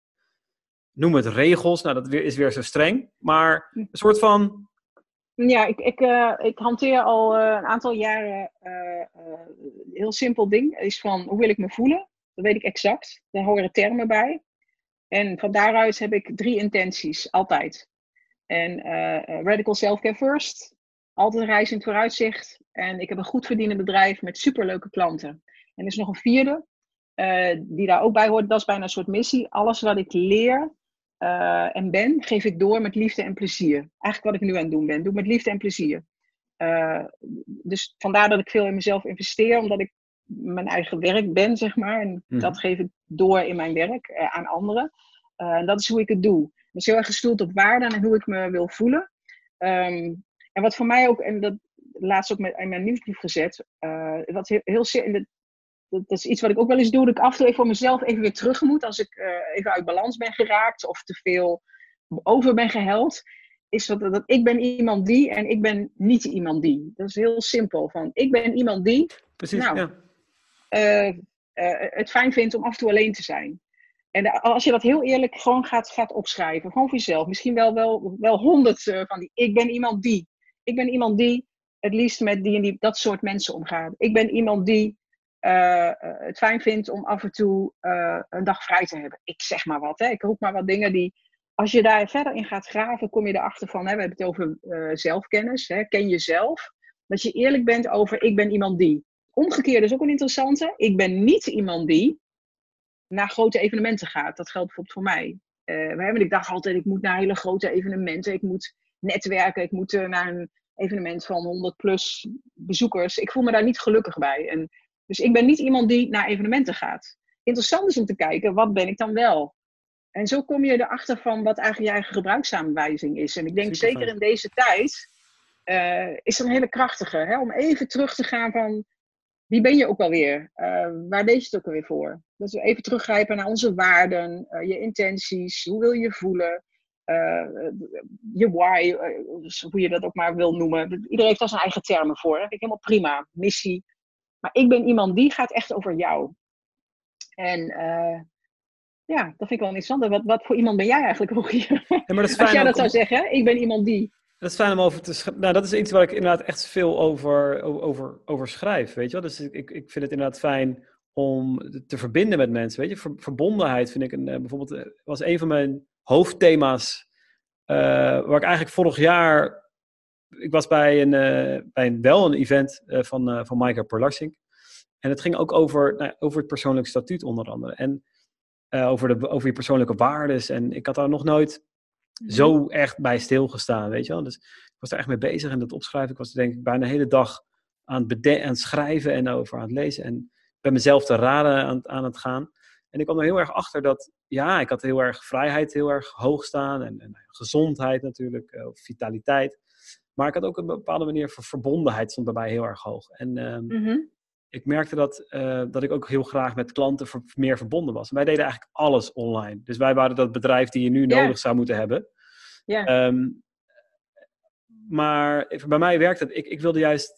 noem het regels, nou dat weer, is weer zo streng, maar een soort van... Ja, ik, ik, uh, ik hanteer al uh, een aantal jaren uh, uh, een heel simpel ding. Is van, hoe wil ik me voelen? Dat weet ik exact. Daar horen termen bij. En van daaruit heb ik drie intenties, altijd. En uh, radical self-care first. Altijd een reis in het vooruitzicht. En ik heb een goed verdienend bedrijf met superleuke klanten. En er is nog een vierde, uh, die daar ook bij hoort. Dat is bijna een soort missie. Alles wat ik leer uh, en ben, geef ik door met liefde en plezier. Eigenlijk wat ik nu aan het doen ben. Doe met liefde en plezier. Uh, dus vandaar dat ik veel in mezelf investeer. Omdat ik mijn eigen werk ben, zeg maar. En mm. dat geef ik door in mijn werk uh, aan anderen. Uh, en dat is hoe ik het doe. Dat is heel erg gestoeld op waarden en hoe ik me wil voelen. Um, en wat voor mij ook, en dat laatst ook met, in mijn nieuwsbrief gezet. Uh, wat heel, heel dat, dat is iets wat ik ook wel eens doe. Dat ik af en toe even voor mezelf even weer terug moet. Als ik uh, even uit balans ben geraakt. Of te veel over ben geheld. Is dat, dat ik ben iemand die en ik ben niet iemand die. Dat is heel simpel. Van, ik ben iemand die... Precies, nou, ja. Uh, uh, het fijn vindt om af en toe alleen te zijn. En als je dat heel eerlijk gewoon gaat, gaat opschrijven, gewoon voor jezelf. Misschien wel, wel, wel honderd uh, van die, ik ben iemand die. Ik ben iemand die het liefst met die en die, dat soort mensen omgaat. Ik ben iemand die uh, het fijn vindt om af en toe uh, een dag vrij te hebben. Ik zeg maar wat, hè. Ik roep maar wat dingen die als je daar verder in gaat graven, kom je erachter van, hè, we hebben het over uh, zelfkennis, hè, ken jezelf. Dat je eerlijk bent over, ik ben iemand die. Omgekeerd is ook een interessante. Ik ben niet iemand die naar grote evenementen gaat. Dat geldt bijvoorbeeld voor mij. Uh, ik dacht altijd, ik moet naar hele grote evenementen. Ik moet netwerken. Ik moet uh, naar een evenement van honderd plus bezoekers. Ik voel me daar niet gelukkig bij. En, dus ik ben niet iemand die naar evenementen gaat. Interessant is om te kijken, wat ben ik dan wel? En zo kom je erachter van wat eigenlijk je eigen gebruiksaanwijzing is. En ik denk Super zeker fijn. in deze tijd uh, is dat een hele krachtige. Hè? Om even terug te gaan van, wie ben je ook alweer? Uh, waar deed je het ook alweer voor? Dat we even teruggrijpen naar onze waarden, uh, je intenties, hoe wil je je voelen? Uh, je why, uh, hoe je dat ook maar wil noemen. Iedereen heeft daar zijn eigen termen voor. Dat vind ik helemaal prima. Missie. Maar ik ben iemand die gaat echt over jou. En uh, ja, dat vind ik wel interessant. Wat, wat voor iemand ben jij eigenlijk ook hier? Ja, maar dat is Als jij om, dat zou zeggen, ik ben iemand die. Dat is fijn om over te schrijven. Nou, dat is iets waar ik inderdaad echt veel over, over, over schrijf, weet je wel. Dus ik, ik vind het inderdaad fijn om te verbinden met mensen, weet je. Ver, verbondenheid vind ik een, bijvoorbeeld, was een van mijn hoofdthema's, uh, waar ik eigenlijk vorig jaar, ik was bij een, uh, bij een wel een event uh, van, uh, van Maaike Perlassink. En het ging ook over, nou, over het persoonlijk statuut onder andere. En uh, over, de, over je persoonlijke waardes. En ik had daar nog nooit zo echt bij stilgestaan, weet je wel. Dus ik was daar echt mee bezig en dat opschrijven. Ik was denk ik bijna de hele dag aan het, bede- aan het schrijven en over aan het lezen. En bij mezelf te raden aan, aan het gaan. En ik kwam er heel erg achter dat, ja, ik had heel erg vrijheid heel erg hoog staan. En, en gezondheid natuurlijk, uh, vitaliteit. Maar ik had ook een bepaalde manier van verbondenheid stond bij mij heel erg hoog. En um, mm-hmm. ik merkte dat, uh, dat ik ook heel graag met klanten ver- meer verbonden was. En wij deden eigenlijk alles online. Dus wij waren dat bedrijf die je nu yeah. nodig zou moeten hebben. Yeah. Um, maar bij mij werkt het. Ik, ik wilde juist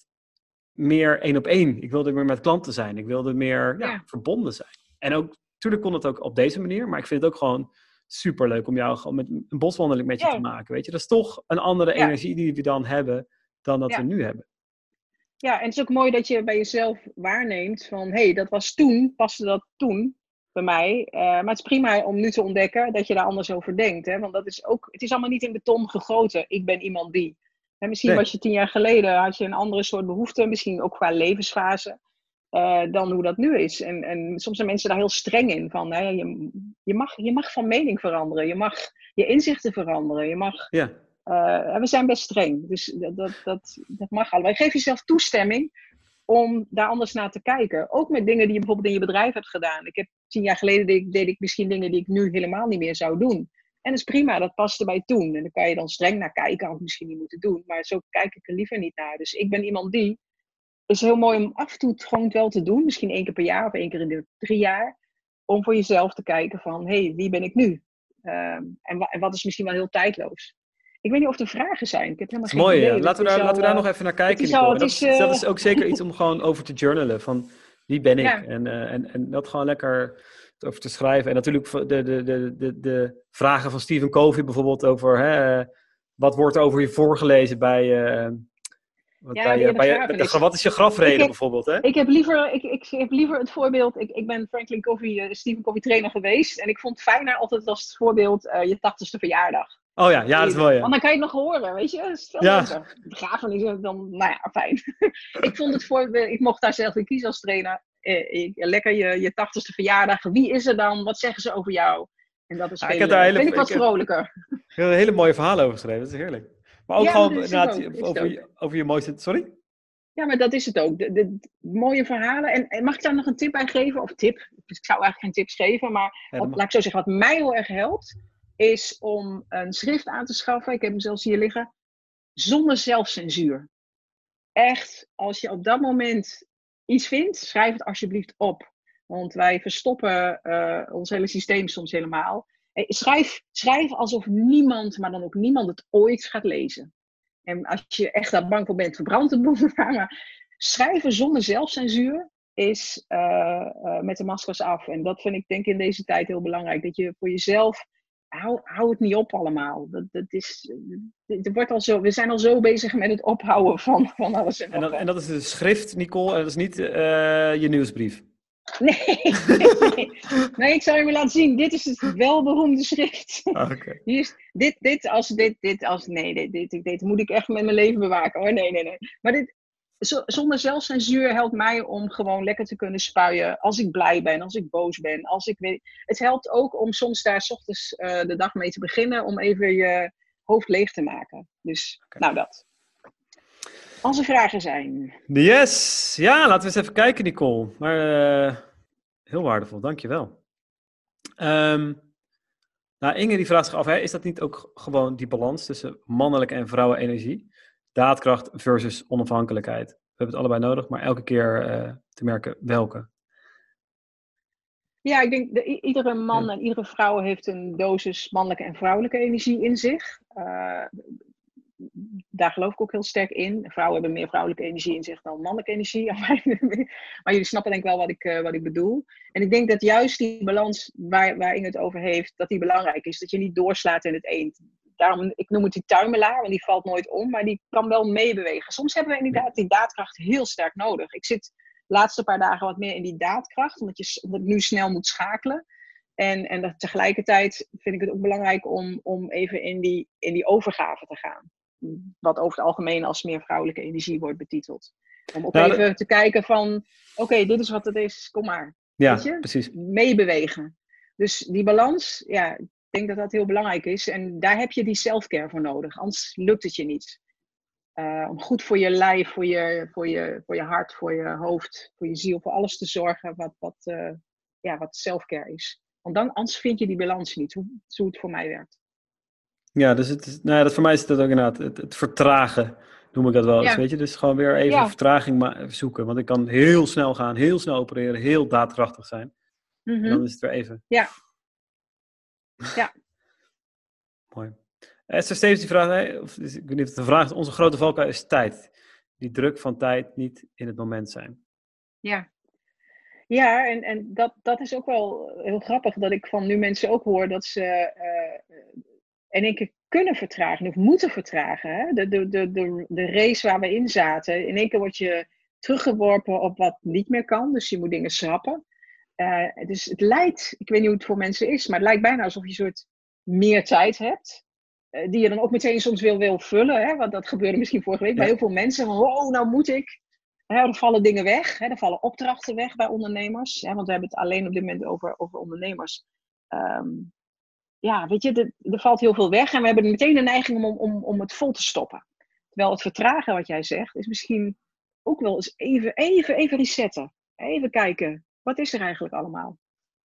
meer één op één. Ik wilde meer met klanten zijn. Ik wilde meer ja, yeah. verbonden zijn. En ook, natuurlijk kon het ook op deze manier. Maar ik vind het ook gewoon superleuk om jou gewoon met een boswandeling met je yeah. te maken. Weet je? Dat is toch een andere yeah. energie die we dan hebben dan dat yeah. we nu hebben. Ja, en het is ook mooi dat je bij jezelf waarneemt van, hé, hey, dat was toen, paste dat toen bij mij. Uh, maar het is prima om nu te ontdekken dat je daar anders over denkt. Hè? Want dat is ook, het is allemaal niet in beton gegoten. Ik ben iemand die. En misschien nee. was je tien jaar geleden, had je een andere soort behoefte, misschien ook qua levensfase, uh, dan hoe dat nu is. En, en soms zijn mensen daar heel streng in. Van, hè, je, je, mag, je mag van mening veranderen, je mag je inzichten veranderen, je mag... Ja. Uh, we zijn best streng, dus dat, dat, dat, dat mag allemaal. Geef jezelf toestemming om daar anders naar te kijken. Ook met dingen die je bijvoorbeeld in je bedrijf hebt gedaan. Ik heb tien jaar geleden deed, deed ik misschien dingen die ik nu helemaal niet meer zou doen. En dat is prima, dat paste bij toen. En dan kan je dan streng naar kijken, of misschien niet moeten doen. Maar zo kijk ik er liever niet naar. Dus ik ben iemand die, is heel mooi om af en toe het gewoon wel te doen. Misschien één keer per jaar of één keer in de drie jaar. Om voor jezelf te kijken van, hé, hey, wie ben ik nu? Um, en, wa- en wat is misschien wel heel tijdloos. Ik weet niet of er vragen zijn. Ik heb helemaal geen mooi, idee. Ja. Laten, we daar, al, laten we daar nog even naar kijken, is Nicole. al, dat, is, is, uh... dat is ook zeker iets om gewoon over te journalen. Van, wie ben ik? Ja. En, uh, en, en dat gewoon lekker over te schrijven. En natuurlijk de, de, de, de, de vragen van Stephen Covey bijvoorbeeld over... Hè, wat wordt over je voorgelezen bij... Uh, wat, ja, bij, uh, bij de, de, wat is je grafrede heb, bijvoorbeeld? Hè? Ik, heb liever, ik, ik heb liever het voorbeeld... Ik, ik ben Franklin Covey, uh, Stephen Covey trainer geweest. En ik vond het fijner altijd als het voorbeeld uh, je tachtigste verjaardag. Oh ja, ja, dat is mooi. Ja. Want dan kan je het nog horen, weet je. Dat is veel ja. leuker. Begrafenis, dan, nou ja, fijn. Ik vond het voorbeeld... Ik mocht daar zelf in kiezen als trainer. Eh, ik, lekker je, je tachtigste verjaardag. Wie is er dan? Wat zeggen ze over jou? En dat is ja, veel, ik heb daar hele, vind ik wat ik vrolijker. Ik heb een hele mooie verhalen over geschreven. Dat is heerlijk. Maar ook ja, gewoon maar inderdaad, ook, over, je, over je mooiste... Sorry? Ja, maar dat is het ook. De, de, de mooie verhalen. En, en mag ik daar nog een tip bij geven? Of tip? Ik zou eigenlijk geen tips geven. Maar ja, wat, laat ik zo zeggen, wat mij heel erg helpt, is om een schrift aan te schaffen. Ik heb hem zelfs hier liggen. Zonder zelfcensuur. Echt, als je op dat moment iets vindt, schrijf het alsjeblieft op. Want wij verstoppen uh, ons hele systeem soms helemaal. Schrijf, schrijf alsof niemand, maar dan ook niemand het ooit gaat lezen. En als je echt daar bang voor bent, verbrand het boek. Maar schrijven zonder zelfcensuur is uh, uh, met de maskers af. En dat vind ik denk ik in deze tijd heel belangrijk. Dat je voor jezelf, hou, hou het niet op allemaal. Dat, dat is, het wordt al zo, we zijn al zo bezig met het ophouden van, van alles. En, en, dat, en dat is de schrift, Nicole, en dat is niet uh, je nieuwsbrief. Nee, nee, Nee, ik zal je maar laten zien. Dit is het welberoemde schrift. Okay. Hier is, dit, dit als, dit, dit als, nee, dit, dit, dit moet ik echt met mijn leven bewaken hoor. Nee, nee, nee. Maar dit, zonder zelfcensuur helpt mij om gewoon lekker te kunnen spuien. Als ik blij ben, als ik boos ben. Als ik weet. Het helpt ook om soms daar 's ochtends uh, de dag mee te beginnen. Om even je hoofd leeg te maken. Dus, okay. Nou dat. Als er vragen zijn. Yes! Ja, laten we eens even kijken, Nicole. Maar uh, heel waardevol, dankjewel. Um, nou, Inge die vraagt zich af, hè, is dat niet ook gewoon die balans tussen mannelijke en vrouwen energie? Daadkracht versus onafhankelijkheid. We hebben het allebei nodig, maar elke keer uh, te merken welke. Ja, ik denk dat iedere man ja. en iedere vrouw heeft een dosis mannelijke en vrouwelijke energie in zich. Uh, daar geloof ik ook heel sterk in. Vrouwen hebben meer vrouwelijke energie in zich dan mannelijke energie. Maar jullie snappen denk ik wel wat ik, uh, wat ik bedoel. En ik denk dat juist die balans waar, waar Inge het over heeft, dat die belangrijk is. Dat je niet doorslaat in het een. Daarom, ik noem het die tuimelaar, want die valt nooit om. Maar die kan wel meebewegen. Soms hebben we inderdaad die daadkracht heel sterk nodig. Ik zit de laatste paar dagen wat meer in die daadkracht. Omdat, je, omdat ik nu snel moet schakelen. En, en dat, tegelijkertijd vind ik het ook belangrijk om, om even in die, in die overgave te gaan. Wat over het algemeen als meer vrouwelijke energie wordt betiteld. Om ook nou, even dat... te kijken van, oké, okay, dit is wat het is, kom maar. Ja, weet je? Precies. Meebewegen. Dus die balans, ja, ik denk dat dat heel belangrijk is. En daar heb je die self-care voor nodig, anders lukt het je niet. Uh, om goed voor je lijf, voor je, voor, je, voor je hart, voor je hoofd, voor je ziel, voor alles te zorgen wat, wat, uh, ja, wat self-care is. Want dan, anders vind je die balans niet, hoe, hoe het voor mij werkt. Ja, dus het is, nou ja, dat voor mij is dat ook inderdaad het, het vertragen, noem ik dat wel eens, ja. Weet je. Dus gewoon weer even ja. vertraging ma- zoeken. Want ik kan heel snel gaan, heel snel opereren, heel daadkrachtig zijn. Mm-hmm. En dan is het weer even. Ja. Ja. Mooi. Esther Stevens die vraagt, hè, of, ik weet niet of het een vraag is, onze grote valkuil is tijd. Die druk van tijd niet in het moment zijn. Ja. Ja, en, en dat, dat is ook wel heel grappig dat ik van nu mensen ook hoor dat ze uh, in één keer kunnen vertragen of moeten vertragen. Hè? De, de, de, de, de race waar we in zaten, in één keer word je teruggeworpen op wat niet meer kan. Dus je moet dingen schrappen. Uh, dus het lijkt, ik weet niet hoe het voor mensen is, maar het lijkt bijna alsof je een soort meer tijd hebt. Uh, die je dan ook meteen soms wil, wil vullen. Hè? Want dat gebeurde misschien vorige week ja. bij heel veel mensen. Van, oh, nou moet ik. Hè, er vallen dingen weg. Hè? Er vallen opdrachten weg bij ondernemers. Hè? Want we hebben het alleen op dit moment over, over ondernemers. Um, ja, weet je, de, er valt heel veel weg. En we hebben meteen de neiging om, om, om het vol te stoppen. Terwijl het vertragen wat jij zegt, is misschien ook wel eens even, even, even resetten. Even kijken. Wat is er eigenlijk allemaal?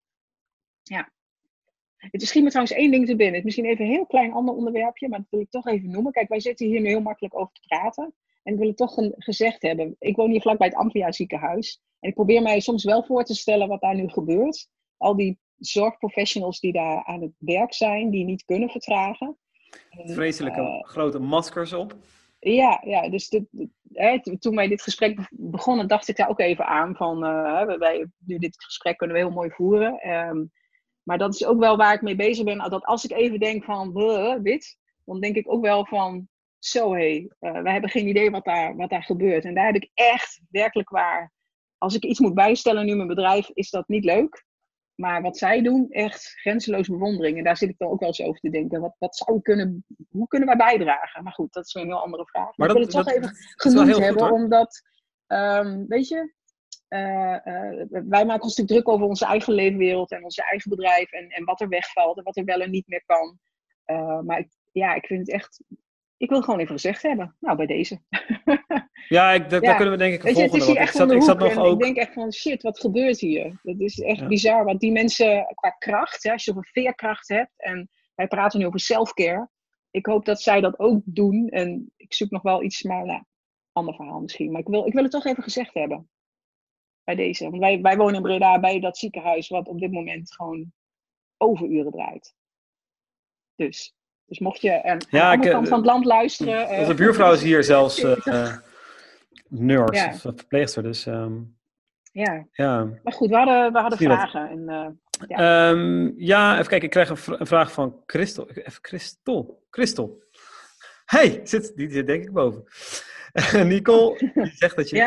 Ja. Het schiet me trouwens één ding te binnen. Het is misschien even een heel klein ander onderwerpje, maar dat wil ik toch even noemen. Kijk, wij zitten hier nu heel makkelijk over te praten. En ik wil het toch ge- gezegd hebben. Ik woon hier vlakbij het Amplia ziekenhuis. En ik probeer mij soms wel voor te stellen wat daar nu gebeurt. Al die zorgprofessionals die daar aan het werk zijn, die niet kunnen vertragen. Vreselijke uh, grote maskers op. Ja, ja dus de, de, hè, toen wij dit gesprek begonnen, dacht ik daar ook even aan. Van, uh, wij, nu dit gesprek kunnen we heel mooi voeren. Um, maar dat is ook wel waar ik mee bezig ben. Dat als ik even denk van, uh, dit, dan denk ik ook wel van, zo hé, hey, uh, wij hebben geen idee wat daar, wat daar gebeurt. En daar heb ik echt, werkelijk waar, als ik iets moet bijstellen nu in mijn bedrijf, is dat niet leuk. Maar wat zij doen, echt grenzeloos bewondering. En daar zit ik dan ook wel eens over te denken. Wat, wat zou ik kunnen, hoe kunnen wij bijdragen? Maar goed, dat is weer een heel andere vraag. Maar, maar dat, ik wil het toch dat, even genoemd hebben, goed, omdat, um, weet je, uh, uh, wij maken ons natuurlijk druk over onze eigen leefwereld en onze eigen bedrijf. En, en wat er wegvalt en wat er wel en niet meer kan. Uh, maar ik, ja, ik vind het echt, ik wil het gewoon even gezegd hebben. Nou, bij deze. Ja, ik, daar, ja. daar kunnen we denk ik een volgende. Het is hier echt ik zat, de ik zat nog en ook... ik denk echt van, shit, wat gebeurt hier? Dat is echt ja. bizar, want die mensen qua kracht, hè, als je over veerkracht hebt, en wij praten nu over self-care, ik hoop dat zij dat ook doen. En ik zoek nog wel iets, maar nou, ander verhaal misschien. Maar ik wil, ik wil het toch even gezegd hebben. Bij deze. Want wij, wij wonen in Breda bij dat ziekenhuis, wat op dit moment gewoon overuren draait. Dus... Dus mocht je aan ja, de andere ik, kant van het land luisteren... Onze uh, buurvrouw is hier zelfs uh, uh, nurse ja. of verpleegster. Dus, um, ja. ja, maar goed, we hadden, we hadden vragen. En, uh, ja. Um, ja, even kijken. Ik krijg een, v- een vraag van Christel. Even Christel. Christel. Hey, zit, die zit denk ik boven. Nicole, die zegt dat je... Ja?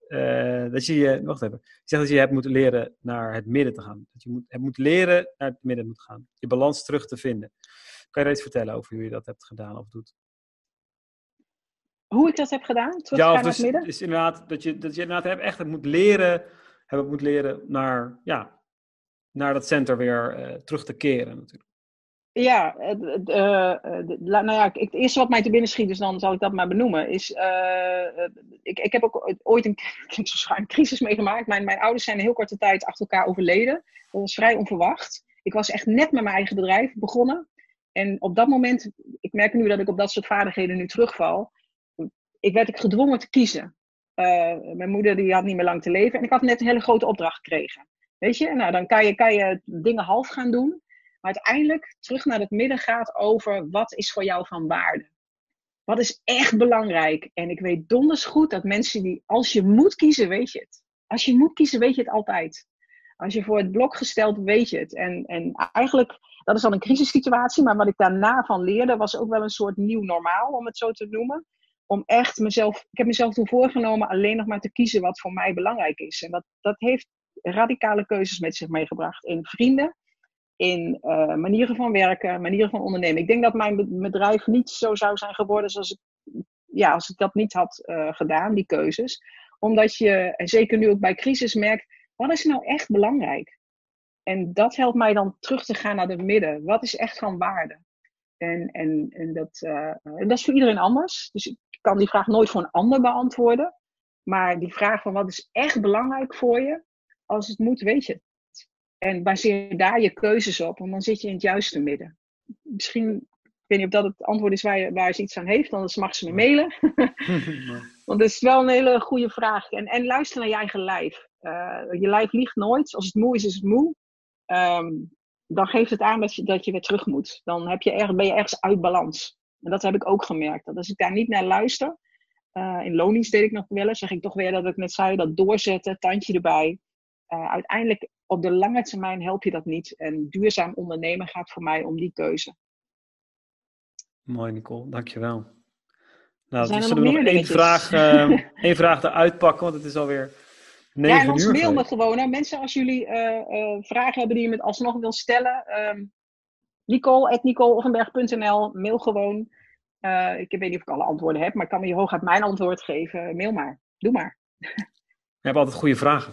uh, dat je je, wacht even, je zegt dat je hebt moeten leren naar het midden te gaan. Dat je moet, hebt moeten leren naar het midden moet gaan. Je balans terug te vinden. Kan je er iets vertellen over hoe je dat hebt gedaan of doet? Hoe ik dat heb gedaan? Terug ja, gaan of dus, naar het midden? Dus inderdaad, dat je, dat je inderdaad hebt, echt het moet leren, hebben moet leren naar, ja, naar dat center weer uh, terug te keren natuurlijk. Ja, uh, uh, uh, nou ja, het eerste wat mij te binnen schiet, dus dan zal ik dat maar benoemen, is, uh, uh, ik, ik heb ook ooit een, een crisis meegemaakt. Mijn, mijn ouders zijn in heel korte tijd achter elkaar overleden. Dat was vrij onverwacht. Ik was echt net met mijn eigen bedrijf begonnen. En op dat moment, ik merk nu dat ik op dat soort vaardigheden nu terugval, ik werd ik gedwongen te kiezen. Uh, mijn moeder die had niet meer lang te leven en ik had net een hele grote opdracht gekregen. Weet je, nou dan kan je, kan je dingen half gaan doen. Maar uiteindelijk terug naar het midden gaat over wat is voor jou van waarde. Wat is echt belangrijk. En ik weet donders goed dat mensen die, als je moet kiezen, weet je het. Als je moet kiezen, weet je het altijd. Als je voor het blok gesteld, weet je het. En, en eigenlijk, dat is dan een crisissituatie. Maar wat ik daarna van leerde, was ook wel een soort nieuw normaal, om het zo te noemen. Om echt mezelf, ik heb mezelf toen voorgenomen alleen nog maar te kiezen wat voor mij belangrijk is. En dat, dat heeft radicale keuzes met zich meegebracht. In vrienden, in uh, manieren van werken, manieren van ondernemen. Ik denk dat mijn bedrijf niet zo zou zijn geworden zoals ik, ja, als ik dat niet had uh, gedaan, die keuzes. Omdat je, en zeker nu ook bij crisis, merkt, wat is nou echt belangrijk? En dat helpt mij dan terug te gaan naar het midden. Wat is echt van waarde? En, en, en, dat, uh, en dat is voor iedereen anders. Dus ik kan die vraag nooit voor een ander beantwoorden. Maar die vraag van wat is echt belangrijk voor je? Als het moet, weet je het. En baseer daar je keuzes op. Want dan zit je in het juiste midden. Misschien, ik weet niet of dat het antwoord is waar, je, waar ze iets aan heeft. Anders mag ze me mailen. Want dat is wel een hele goede vraag. En, en luister naar je eigen lijf. Uh, je lijf liegt nooit. Als het moe is, is het moe. Um, dan geeft het aan dat je, dat je weer terug moet. Dan heb je er, ben je ergens uit balans. En dat heb ik ook gemerkt. Dat als ik daar niet naar luister. Uh, in loondienst deed ik nog wel eens. Zeg ik toch weer dat ik net zei. Dat doorzetten, tandje erbij. Uh, uiteindelijk op de lange termijn help je dat niet. En duurzaam ondernemen gaat voor mij om die keuze. Mooi, Nicole. Dankjewel. Nou, zijn dus er zullen nog we meer nog één vraag, uh, één vraag eruit pakken, want het is alweer negen ja, en ons uur mail me geweest. gewoon. Hè. Mensen, als jullie uh, uh, vragen hebben die je met alsnog wil stellen. Um, Nicole at nicole offenberg punt n l. Mail gewoon. Uh, ik weet niet of ik alle antwoorden heb, maar ik kan me je hooguit mijn antwoord geven. Mail maar. Doe maar. Je hebt altijd goede vragen.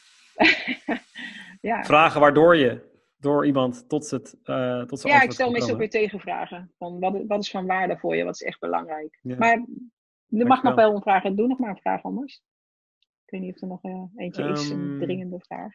Ja. Vragen waardoor je door iemand tot, het, uh, tot zijn ja, antwoord ik stel meestal ook komen. weer tegenvragen. Van wat, wat is van waarde voor je? Wat is echt belangrijk? Ja. Maar er mag nog wel wel een vraag. Doe nog maar een vraag anders. Ik weet niet of er nog uh, eentje um, is. Een dringende vraag.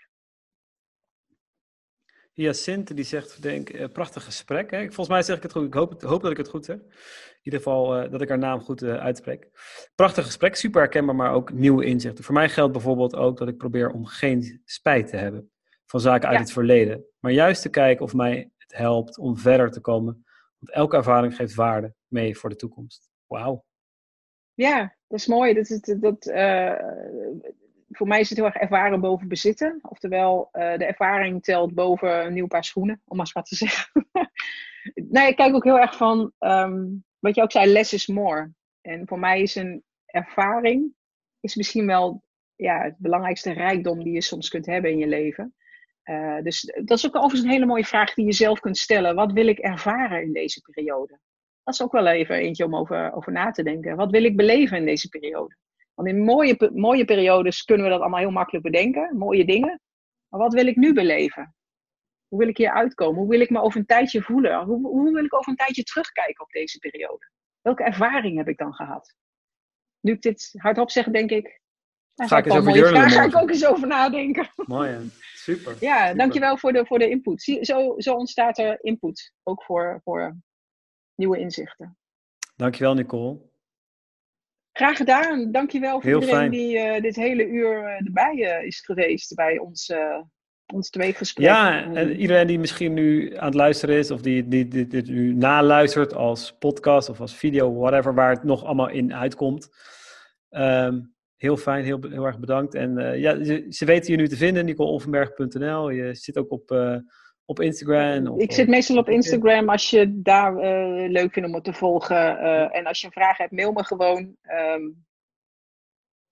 Hyacinthe die zegt, denk, uh, prachtig gesprek. Hè? Volgens mij zeg ik het goed. Ik hoop, hoop dat ik het goed zeg. In ieder geval uh, dat ik haar naam goed uh, uitspreek. Prachtig gesprek, super herkenbaar, maar ook nieuwe inzichten. Voor mij geldt bijvoorbeeld ook dat ik probeer om geen spijt te hebben van zaken uit ja. het verleden. Maar juist te kijken of mij het helpt om verder te komen. Want elke ervaring geeft waarde mee voor de toekomst. Wauw. Ja, dat is mooi. Dat, dat, dat, uh, voor mij is het heel erg ervaren boven bezitten. Oftewel, uh, de ervaring telt boven een nieuw paar schoenen, om maar eens wat te zeggen. Nee, ik kijk ook heel erg van, um, wat je ook zei, less is more. En voor mij is een ervaring is misschien wel ja, het belangrijkste rijkdom die je soms kunt hebben in je leven. Uh, dus dat is ook overigens een hele mooie vraag die je zelf kunt stellen. Wat wil ik ervaren in deze periode? Dat is ook wel even eentje om over, over na te denken. Wat wil ik beleven in deze periode? Want in mooie, mooie periodes kunnen we dat allemaal heel makkelijk bedenken. Mooie dingen. Maar wat wil ik nu beleven? Hoe wil ik hier uitkomen? Hoe wil ik me over een tijdje voelen? Hoe, hoe wil ik over een tijdje terugkijken op deze periode? Welke ervaring heb ik dan gehad? Nu ik dit hardop zeg, denk ik... Nou, ga ik eens over mooie vraag, morgen. Ga ik ook eens over nadenken. Mooi, hè? Super. Ja, super. Dankjewel voor de, voor de input. Zie, zo, zo ontstaat er input. Ook voor, voor nieuwe inzichten. Dankjewel, Nicole. Graag gedaan. Dankjewel voor Heel iedereen fijn. die uh, dit hele uur uh, erbij uh, is geweest bij ons, uh, ons tweegesprek. Ja, en iedereen die misschien nu aan het luisteren is of die dit die, die, die nu naluistert als podcast of als video, whatever, waar het nog allemaal in uitkomt. Um, heel fijn, heel, heel erg bedankt. En uh, ja, ze, ze weten je nu te vinden, nicole offenberg punt n l. Je zit ook op, uh, op Instagram. Of, ik zit meestal op Instagram in. als je daar uh, leuk vindt om me te volgen. Uh, en als je een vraag hebt, mail me gewoon. Um,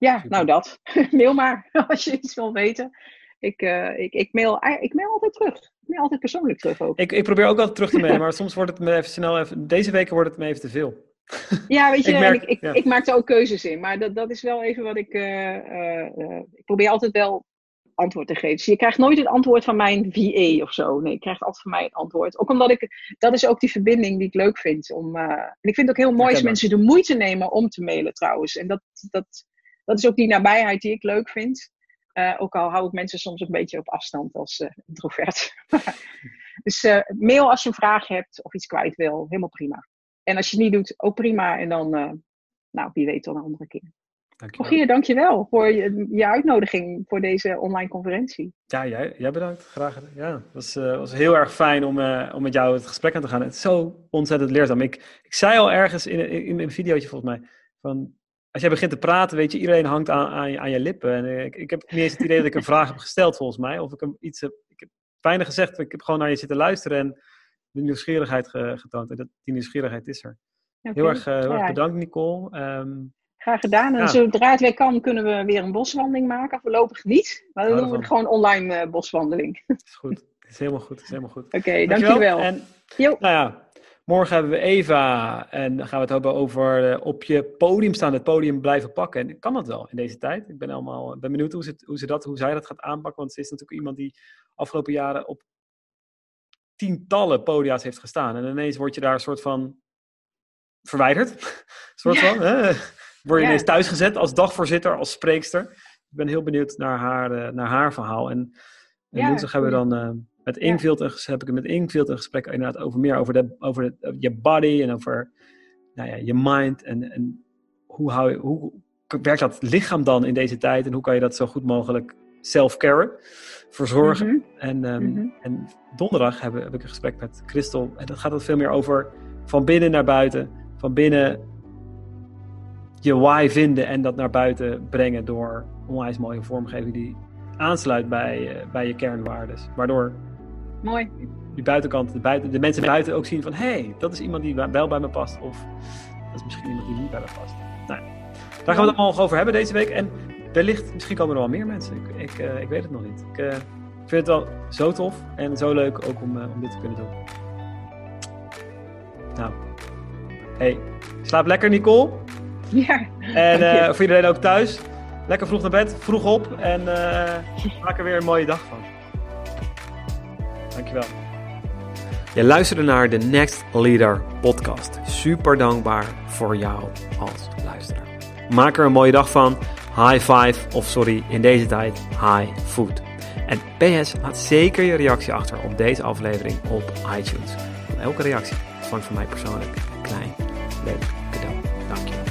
Ja, Super. nou dat. Mail maar als je iets wil weten. Ik, uh, ik, ik, mail, ik mail altijd terug. Ik mail altijd persoonlijk terug ook. Ik, ik probeer ook altijd terug te mailen, maar soms wordt het me even snel even... Deze weken wordt het me even te veel. Ja, weet je, ik, merk, ik, ik, ja. ik maak er ook keuzes in. Maar dat, dat is wel even wat ik... Uh, uh, uh, ik probeer altijd wel antwoord te geven. Dus je krijgt nooit het antwoord van mijn V A of zo. Nee, je krijgt altijd van mij het antwoord. Ook omdat ik... Dat is ook die verbinding die ik leuk vind. Om, uh, en ik vind het ook heel mooi als mensen de moeite nemen om te mailen trouwens. En dat, dat, dat is ook die nabijheid die ik leuk vind. Uh, ook al hou ik mensen soms een beetje op afstand als uh, introvert. Dus uh, mail als je een vraag hebt of iets kwijt wil. Helemaal prima. En als je het niet doet, ook prima. En dan, uh, nou, wie weet dan een andere keer. Rogier, dankjewel voor je, je uitnodiging voor deze online conferentie. Ja, jij, jij bedankt. Graag gedaan. Ja, het was, uh, was heel erg fijn om, uh, om met jou het gesprek aan te gaan. Het is zo ontzettend leerzaam. Ik, ik zei al ergens in, in, in een videootje volgens mij, van... Als jij begint te praten, weet je, iedereen hangt aan, aan, je, aan je lippen. En uh, ik, ik heb niet eens het idee dat ik een vraag heb gesteld, volgens mij. Of ik hem iets heb... Ik heb weinig gezegd. Ik heb gewoon naar je zitten luisteren en de nieuwsgierigheid ge, getoond. En dat, die nieuwsgierigheid is er. Okay. Heel erg, uh, heel ja. erg bedankt, Nicole. Um, Graag gedaan. En ja. zodra het weer kan, kunnen we weer een boswandeling maken. Voorlopig niet. Maar dan doen we gewoon online uh, boswandeling. Dat is goed. Dat is helemaal goed. Dat is helemaal goed. Oké, okay, dankjewel. En, nou ja, morgen hebben we Eva. En dan gaan we het hebben over uh, op je podium staan. Het podium blijven pakken. En kan dat wel in deze tijd? Ik ben helemaal ben benieuwd hoe ze, hoe, ze dat, hoe zij dat gaat aanpakken. Want ze is natuurlijk iemand die afgelopen jaren op tientallen podia's heeft gestaan. En ineens word je daar een soort van verwijderd. soort ja. van, hè? Word je ja. ineens thuisgezet als dagvoorzitter, als spreekster. Ik ben heel benieuwd naar haar, uh, naar haar verhaal. En, en ja, woensdag hebben we dan uh, met Ingvild ja. heb ik met Ingvild een gesprek inderdaad over meer over, de, over de, je body en over nou ja, je mind. En, en hoe, hou je, hoe werkt dat lichaam dan in deze tijd? En hoe kan je dat zo goed mogelijk self-care verzorgen? Mm-hmm. En, um, mm-hmm. en donderdag heb, heb ik een gesprek met Christel. En dat gaat het veel meer over van binnen naar buiten. Van binnen je why vinden en dat naar buiten brengen door onwijs mooie vormgeving die aansluit bij, uh, bij je kernwaardes. Waardoor Mooi. die buitenkant, de, buiten, de mensen buiten ook zien van hé, hey, dat is iemand die wel bij me past. Of dat is misschien iemand die niet bij me past. Nou, daar gaan we het allemaal over hebben deze week. En wellicht, misschien komen er wel meer mensen. Ik, ik, uh, ik weet het nog niet. Ik uh, vind het wel zo tof en zo leuk ook om, uh, om dit te kunnen doen. Nou, hey, slaap lekker Nicole. Ja. En uh, voor iedereen ook thuis. Lekker vroeg naar bed, vroeg op en uh, maak er weer een mooie dag van. Dankjewel. Je luisterde naar de Next Leader podcast. Super dankbaar voor jou als luisteraar. Maak er een mooie dag van. High five, of sorry, in deze tijd high food. En P S, laat zeker je reactie achter op deze aflevering op iTunes. Van elke reactie ontvangt van mij persoonlijk een klein, leuk cadeau. Dank je.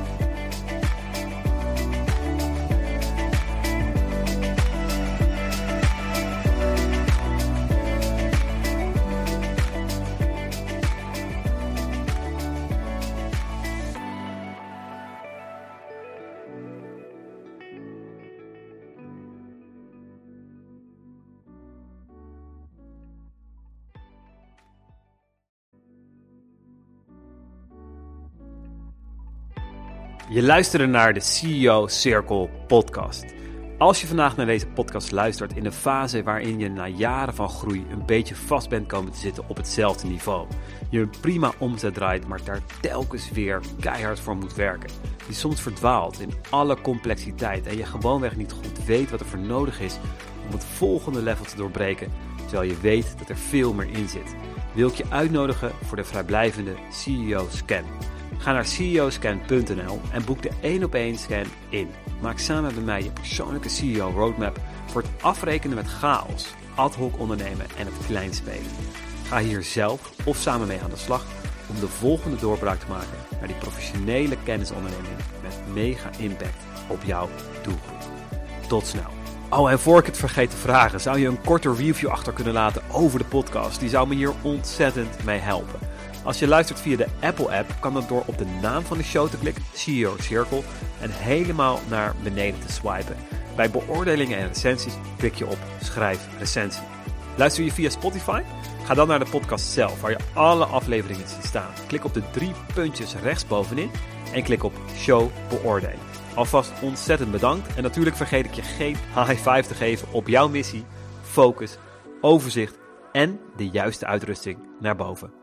Je luisterde naar de C E O Circle podcast. Als je vandaag naar deze podcast luistert in een fase waarin je na jaren van groei een beetje vast bent komen te zitten op hetzelfde niveau. Je een prima omzet draait, maar daar telkens weer keihard voor moet werken. Die soms verdwaalt in alle complexiteit en je gewoonweg niet goed weet wat er voor nodig is om het volgende level te doorbreken, terwijl je weet dat er veel meer in zit. Wil ik je uitnodigen voor de vrijblijvende C E O Scan. Ga naar C E O scan punt n l en boek de één op één scan in. Maak samen met mij je persoonlijke C E O roadmap voor het afrekenen met chaos, ad hoc ondernemen en het kleinspelen. Ga hier zelf of samen mee aan de slag om de volgende doorbraak te maken naar die professionele kennisonderneming met mega impact op jouw doelgroep. Tot snel. Oh, en voor ik het vergeet te vragen, zou je een korte review achter kunnen laten over de podcast? Die zou me hier ontzettend mee helpen. Als je luistert via de Apple-app, kan dat door op de naam van de show te klikken, C E O Circle, en helemaal naar beneden te swipen. Bij beoordelingen en recensies klik je op Schrijf recensie. Luister je via Spotify? Ga dan naar de podcast zelf, waar je alle afleveringen ziet staan. Klik op de drie puntjes rechtsbovenin en klik op Show beoordeling. Alvast ontzettend bedankt en natuurlijk vergeet ik je geen high five te geven op jouw missie, focus, overzicht en de juiste uitrusting naar boven.